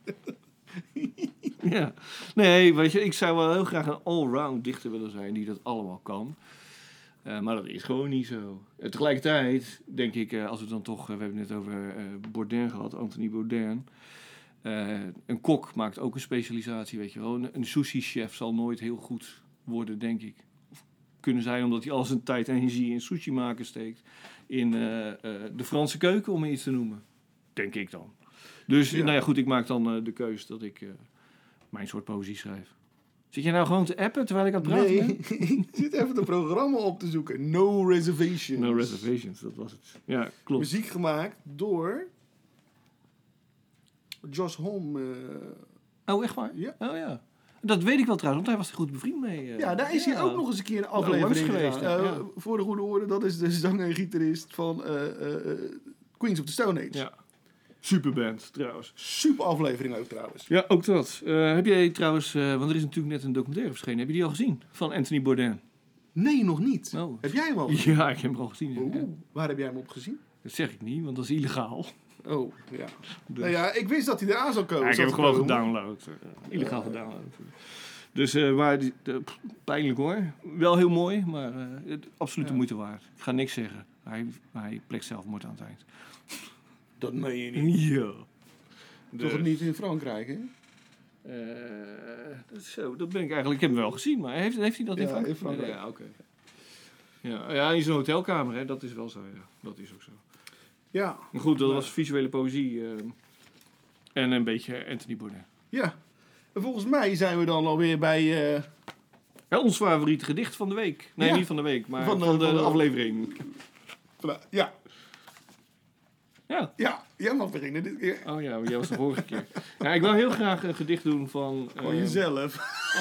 Ja. Nee, weet je, ik zou wel heel graag een allround dichter willen zijn die dat allemaal kan. Uh, maar dat is gewoon niet zo. Uh, tegelijkertijd denk ik, uh, als we dan toch... Uh, we hebben het net over uh, Bourdain gehad, Anthony Bourdain. Uh, een kok maakt ook een specialisatie, weet je wel. Een, een sushi-chef zal nooit heel goed worden, denk ik. Of kunnen zijn, omdat hij al zijn tijd en energie in sushi maken steekt. In uh, uh, de Franse keuken, om iets te noemen. Denk ik dan. Dus, Ja. nou ja, goed, ik maak dan uh, de keus dat ik uh, mijn soort poëzie schrijf. Zit jij nou gewoon te appen terwijl ik aan het praten ben? Nee, ik zit even het programma op te zoeken. No Reservations. No Reservations, dat was het. Ja, klopt. Muziek gemaakt door Josh Homme. Uh, Oh, echt waar? Ja. Oh ja. Dat weet ik wel trouwens, want hij was er goed bevriend mee. uh. ja, daar is hij ook nog eens een keer een aflevering langs geweest, gegaan. ja. Uh, Voor de goede orde, dat is de zanger en gitarist van uh, uh, Queens of the Stone Age. Ja. Superband, trouwens. Super aflevering ook trouwens. Ja, ook dat. Uh, heb jij trouwens, uh, want er is natuurlijk net een documentaire verschenen. Heb je die al gezien? Van Anthony Bourdain. Nee, nog niet. Oh. Heb jij hem al gezien? Ja, ik heb hem al gezien. Ja. Oeh, Ja. waar heb jij hem op gezien? Dat zeg ik niet, want dat is illegaal. Oh, ja. Dus. Nou ja, ik wist dat hij eraan zou komen. Ja, ik heb zat hem te gewoon komen. gedownload. Uh, illegaal gedownload. Dus, uh, maar die, de, pff, pijnlijk hoor. Wel heel mooi, maar uh, het, absoluut de Ja. moeite waard. Ik ga niks zeggen. Hij, hij pleegt zelfmoord aan het eind. Dat meen je niet. Ja. Toch Dus, niet in Frankrijk, hè? uh, dat, is zo, dat ben ik eigenlijk. Ik heb hem wel gezien, maar heeft, heeft hij dat in Ja, Frankrijk? in Frankrijk. Ja, oké. Ja, ja, in zijn hotelkamer, hè. Dat is wel zo, ja. Dat is ook zo. Ja. Maar goed, dat Maar- was visuele poëzie. Uh, en een beetje Anthony Bourdain. Ja. En volgens mij zijn we dan alweer bij... Uh, Ja, ons favoriete gedicht van de week. Nee, Ja. niet van de week, maar Van van de- de, van de- aflevering. ja. Ja. Ja, jij mag beginnen dit keer. Oh ja, jij was de vorige keer. Ja, ik wil heel graag een gedicht doen van... Van eh, jezelf.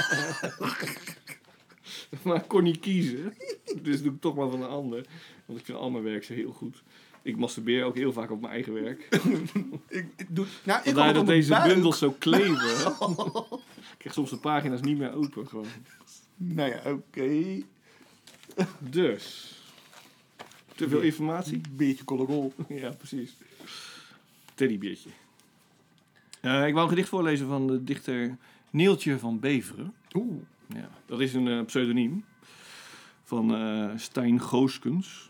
Maar ik kon niet kiezen. Dus doe ik toch maar van een ander. Want ik vind al mijn werk zo heel goed. Ik masturbeer ook heel vaak op mijn eigen werk. ik, ik doe, nou, ik Vandaar kom dat op mijn deze buik. bundels zo kleven. Ik krijg soms de pagina's niet meer open gewoon. Nou ja, oké. Dus. Te veel informatie? Beetje kollegol. Ja, precies. Teddybeertje. Uh, ik wou een gedicht voorlezen van de dichter Neeltje van Beveren. Oeh. Ja, dat is een uh, pseudoniem van uh, Stijn Gooskens.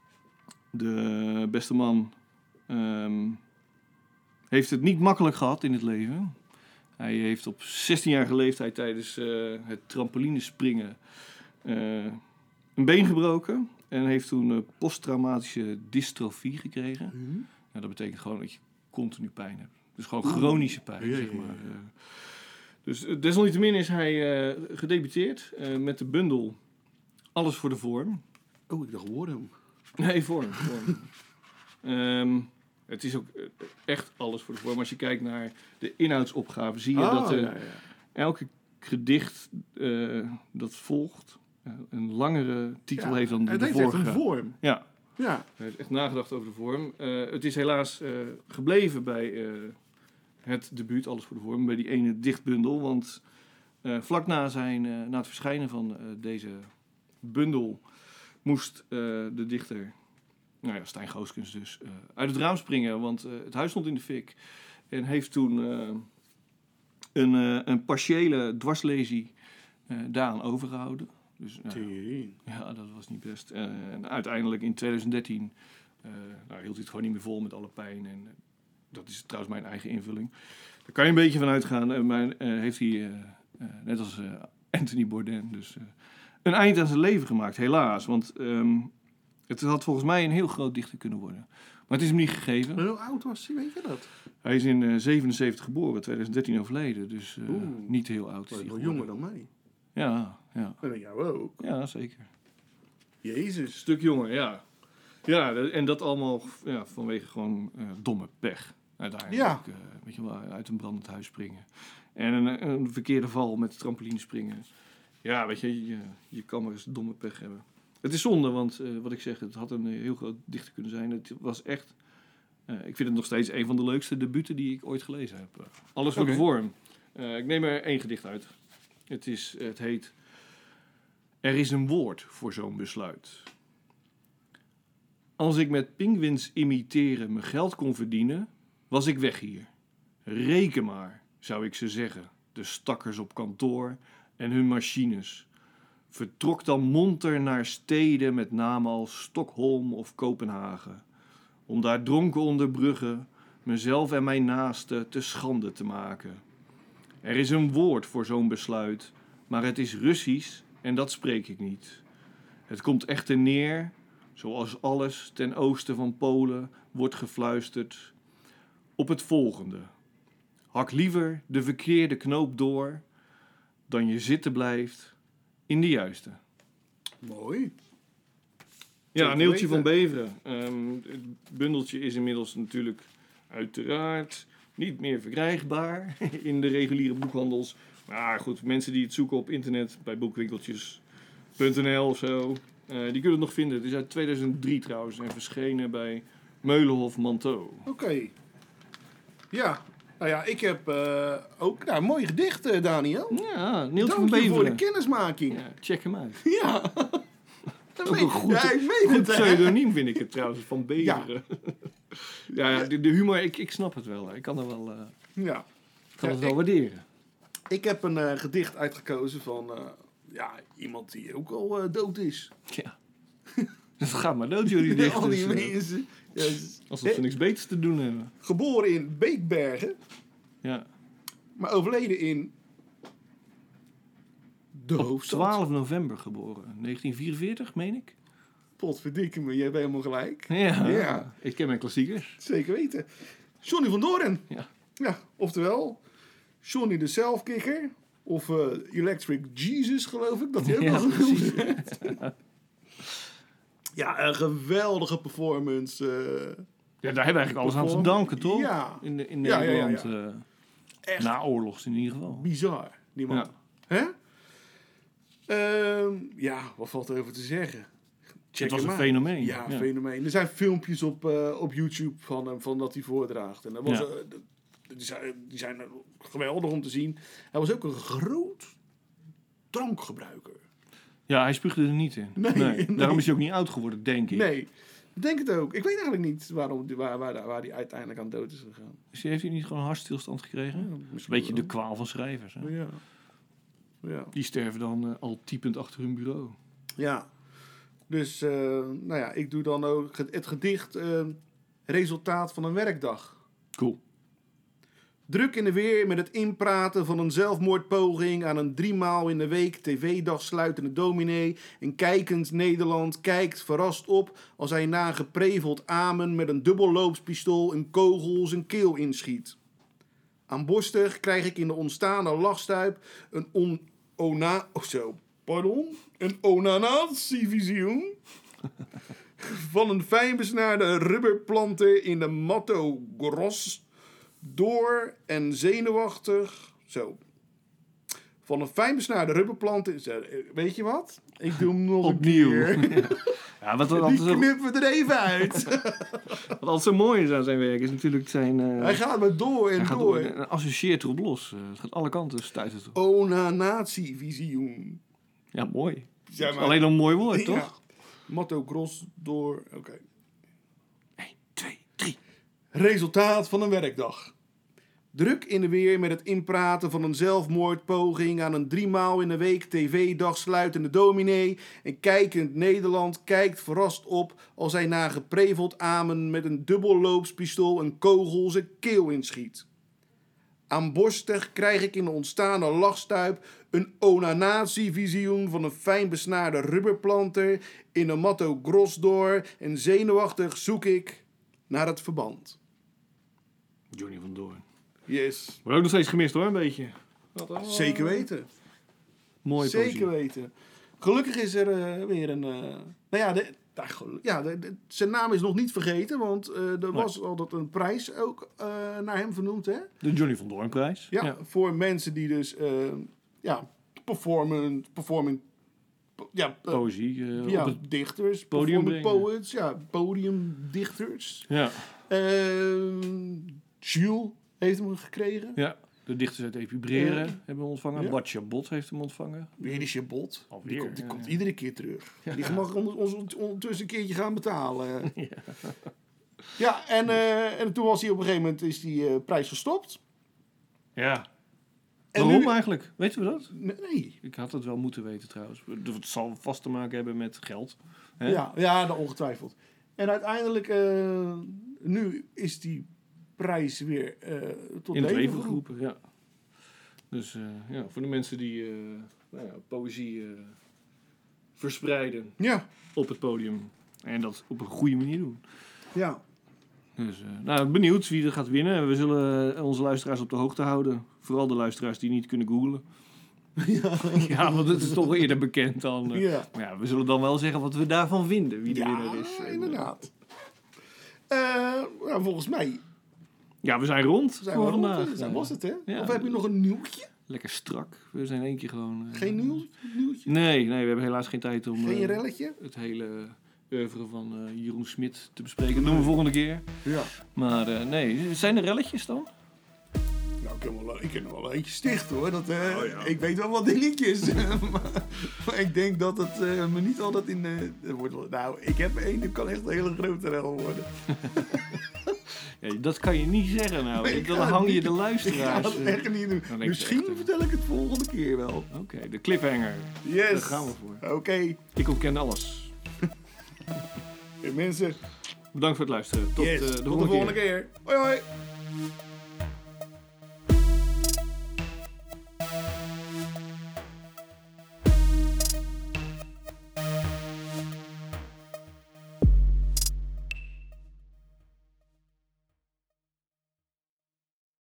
De beste man um, heeft het niet makkelijk gehad in het leven. Hij heeft op zestienjarige leeftijd tijdens uh, het trampolinespringen uh, een been gebroken. En heeft toen uh, posttraumatische dystrofie gekregen. Mm-hmm. Ja, dat betekent gewoon dat je continu pijn hebt. Dus gewoon chronische pijn, ja, zeg maar. Ja, ja. Uh, dus uh, desalniettemin is hij uh, gedebuteerd uh, met de bundel Alles voor de vorm. Oh, ik dacht woorden. Nee, vorm. vorm. um, het is ook echt alles voor de vorm. Als je kijkt naar de inhoudsopgave, zie je oh, dat uh, ja, ja. elke gedicht uh, dat volgt uh, een langere titel ja, heeft dan de, de vorige. Het heeft echt een vorm. Ja. ja. Hij heeft echt nagedacht over de vorm. Uh, het is helaas uh, gebleven bij uh, het debuut Alles voor de vorm, bij die ene dichtbundel. Want uh, vlak na, zijn, uh, na het verschijnen van uh, deze bundel moest uh, de dichter... Nou ja, Stijn Gooskens dus, uh, uit het raam springen, want uh, het huis stond in de fik. En heeft toen uh, een, uh, een partiële dwarslezing uh, daaraan overgehouden. Dus uh, ja, dat was niet best. Uh, en uiteindelijk in twintig dertien uh, nou, hield hij het gewoon niet meer vol met alle pijn. En uh, dat is trouwens mijn eigen invulling. Daar kan je een beetje van uitgaan. Uh, maar uh, heeft hij, uh, uh, net als uh, Anthony Bourdain, dus uh, een eind aan zijn leven gemaakt, helaas. Want... Um, Het had volgens mij een heel groot dichter kunnen worden. Maar het is hem niet gegeven. Maar hoe oud was hij, weet je dat? Hij is in uh, zevenenzeventig geboren, twintig dertien overleden. Dus uh, niet heel oud. Hij is wel jonger dan mij. Ja, ja. En jou ook. Ja, zeker. Jezus. Een stuk jonger, ja. Ja, en dat allemaal ja, vanwege gewoon uh, domme pech. Uiteindelijk. Ja. Uh, weet je wel, uit een brandend huis springen. En een, een verkeerde val met trampolinespringen. Ja, weet je, je, je kan maar eens domme pech hebben. Het is zonde, want uh, wat ik zeg, het had een uh, heel groot dichter kunnen zijn. Het was echt, uh, ik vind het nog steeds een van de leukste debuten die ik ooit gelezen heb. Uh, alles voor okay. de vorm. Uh, ik neem er één gedicht uit. Het, is, het heet Er is een woord voor zo'n besluit. Als ik met pinguïns imiteren mijn geld kon verdienen, was ik weg hier. Reken maar, zou ik ze zeggen, de stakkers op kantoor en hun machines. Vertrok dan monter naar steden met namen als Stockholm of Kopenhagen. Om daar dronken onder bruggen mezelf en mijn naasten te schande te maken. Er is een woord voor zo'n besluit, maar het is Russisch en dat spreek ik niet. Het komt echter neer, zoals alles ten oosten van Polen wordt gefluisterd, op het volgende. Hak liever de verkeerde knoop door, dan je zitten blijft in de juiste. Mooi. Ja, Neeltje van Beveren. Um, het bundeltje is inmiddels natuurlijk uiteraard niet meer verkrijgbaar in de reguliere boekhandels. Maar goed, mensen die het zoeken op internet bij boekwinkeltjes punt n l of zo, uh, die kunnen het nog vinden. Het is uit tweeduizend drie trouwens en verschenen bij Meulenhof Manteau. Oké. Okay. Ja. Nou ja, ik heb uh, ook nou, een mooi gedicht, uh, Daniel. Ja, Neeltje van Beveren. voor de kennismaking. Ja, check hem uit. Ja. Dat ook een goed, ja, ik weet goed het, pseudoniem vind ik het trouwens, van Beveren. Ja, ja de, de humor, ik, ik snap het wel. Ik kan er wel, uh, ja. kan ja, het wel ik, waarderen. Ik heb een uh, gedicht uitgekozen van uh, ja, iemand die ook al uh, dood is. Ja. Dat gaat maar dood, jullie dichters. Al die mensen. Ja, alsof ze niks beters te doen hebben. Geboren in Beekbergen. Ja. Maar overleden in de Op hoofdstad. twaalf november geboren. negentien vierenveertig, meen ik. Potverdikke me, je hebt helemaal gelijk. Ja, ja. Ik ken mijn klassiekers. Zeker weten. Johnny van Doorn. Ja. Ja, oftewel Johnny de Zelfkikker. Of uh, Electric Jesus, geloof ik. Dat hij ook ja, nog genoemd werd. Ja, een geweldige performance. Uh, ja, daar hebben we eigenlijk alles aan te danken, toch? Ja. In, de, in ja, Nederland. Ja, ja, ja. Uh, Echt. Naoorlogs in ieder geval. Bizar, die man. Ja. Hè? Uh, ja, wat valt er over te zeggen? Het was een uit. fenomeen. Ja, ja, fenomeen. Er zijn filmpjes op, uh, op YouTube van hem, van dat hij voordraagt. En dat was, ja. uh, die, zijn, die zijn geweldig om te zien. Hij was ook een groot drankgebruiker. Ja, hij spuugde er niet in. Nee, nee. Nee. Daarom is hij ook niet oud geworden, denk ik. Nee, ik denk het ook. Ik weet eigenlijk niet waarom, waar, waar, waar hij uiteindelijk aan dood is gegaan. Dus heeft hij niet gewoon een hartstilstand gekregen? Ja, dat is een beetje wel. De kwaal van schrijvers. Hè? Ja. Ja. Die sterven dan uh, al typend achter hun bureau. Ja. Dus, uh, nou ja, ik doe dan ook het gedicht uh, Resultaat van een werkdag. Cool. Druk in de weer met het inpraten van een zelfmoordpoging aan een driemaal in de week tv-dag sluitende dominee. En kijkend Nederland kijkt verrast op als hij na een gepreveld amen met een dubbelloops-pistool een kogel zijn keel inschiet. Aanborstig krijg ik in de ontstaande lachstuip een on... Ona... Oh zo, pardon? Een onanatievisioen van een fijnbesnaarde rubberplanter in de Mato Grosso door en zenuwachtig. Zo. Van een fijnbesnaarde rubberplanter. Weet je wat? Ik doe hem nog Opnieuw. een keer. Ja, wat, wat, Die wat, knippen we er even uit. wat altijd zo mooi is aan zijn werk is natuurlijk zijn... Uh, Hij gaat maar door en hij gaat door. door en associeert erop los. Uh, het gaat alle kanten stuiten het op. Onanatievisioen. Ja, mooi. Zeg maar. Alleen een mooi woord, Ja. toch? Mato Grosso door... Oké. Okay. één, twee, drie. Resultaat van een werkdag. Druk in de weer met het inpraten van een zelfmoordpoging aan een driemaal in de week tv-dag sluitende dominee. En kijkend Nederland kijkt verrast op als hij na gepreveld amen met een dubbelloopspistool een kogel zijn keel inschiet. Aanborstig krijg ik in de ontstaande lachstuip een onanatievisioen van een fijnbesnaarde rubberplanter in een Mato Grosso door en zenuwachtig zoek ik naar het verband. Johnny van Doorn. Yes. Wordt ook nog steeds gemist hoor, een beetje. Wat, oh, Zeker weten. Mooi Zeker weten. Gelukkig is er uh, weer een... Uh, nou ja, de, nou, gelu- ja de, de, zijn naam is nog niet vergeten, want uh, er Nee. was altijd een prijs ook uh, naar hem vernoemd, hè? De Johnny van Doorn prijs. Ja, ja. voor mensen die dus uh, ja, performen, performing, po- ja, uh, Poëzie. Uh, ja op het dichters, podium performing brengen. poets, ja, podiumdichters. Ja, Uh, Jules heeft hem gekregen. ja. De dichters uit Epibreren Ja. hebben hem ontvangen. Ja. Bad Chabot heeft hem ontvangen. Weer die Chabot. Alweer, Die komt, die ja, komt ja. iedere keer terug. Die mag ons, ons ondertussen een keertje gaan betalen. Ja, ja en, uh, en toen was hij op een gegeven moment is die uh, prijs gestopt. Ja. En Waarom nu- eigenlijk? Weten we dat? Nee. Ik had het wel moeten weten trouwens. Het zal vast te maken hebben met geld. Hè? Ja, ja, dat ongetwijfeld. En uiteindelijk, uh, nu is die prijs weer uh, tot In het leven leven geroepen. geroepen, ja. Dus uh, ja, voor de mensen die uh, nou ja, poëzie uh, verspreiden Ja, op het podium. En dat op een goede manier doen. ja. Dus uh, nou, benieuwd wie er gaat winnen. We zullen onze luisteraars op de hoogte houden. Vooral de luisteraars die niet kunnen googlen. Ja. Ja, want het is toch wel eerder bekend dan... Uh, Ja. Maar ja, we zullen dan wel zeggen wat we daarvan vinden. Wie de Ja, winnaar is. En, uh, inderdaad. Uh, nou, volgens mij Ja, we zijn rond zijn voor we vandaag. rond. Dat Ja. was het, hè? Ja. Of heb je nog een nieuwtje? Lekker strak. We zijn één keer gewoon... uh, Geen nieuw, nieuwtje? Nee, nee, we hebben helaas geen tijd om... Geen uh, relletje? het hele oeuvre van uh, Jeroen Smit te bespreken. Dat doen we volgende keer. Ja. Maar uh, nee, zijn er relletjes dan? Nou, ik kan wel, ik kan er wel eentje stichten, hoor. Dat, uh, Oh, ja. Ik weet wel wat dingetjes. maar, maar ik denk dat het uh, me niet altijd in... Uh, wordt, nou, ik heb één, die kan echt een hele grote rel worden. Ja, dat kan je niet zeggen nou. Nee, ik Dan ga het hang je niet- de Ik ga luisteraars. het uh, echt niet doen. Dan denk ik Misschien echt, uh, vertel ik het volgende keer wel. Oké, de cliffhanger. Yes. Daar gaan we voor. Oké. Okay. Ik ontken alles. Mensen, Bedankt voor het luisteren. Tot, yes. uh, de Tot volgende de volgende keer. keer. Hoi hoi.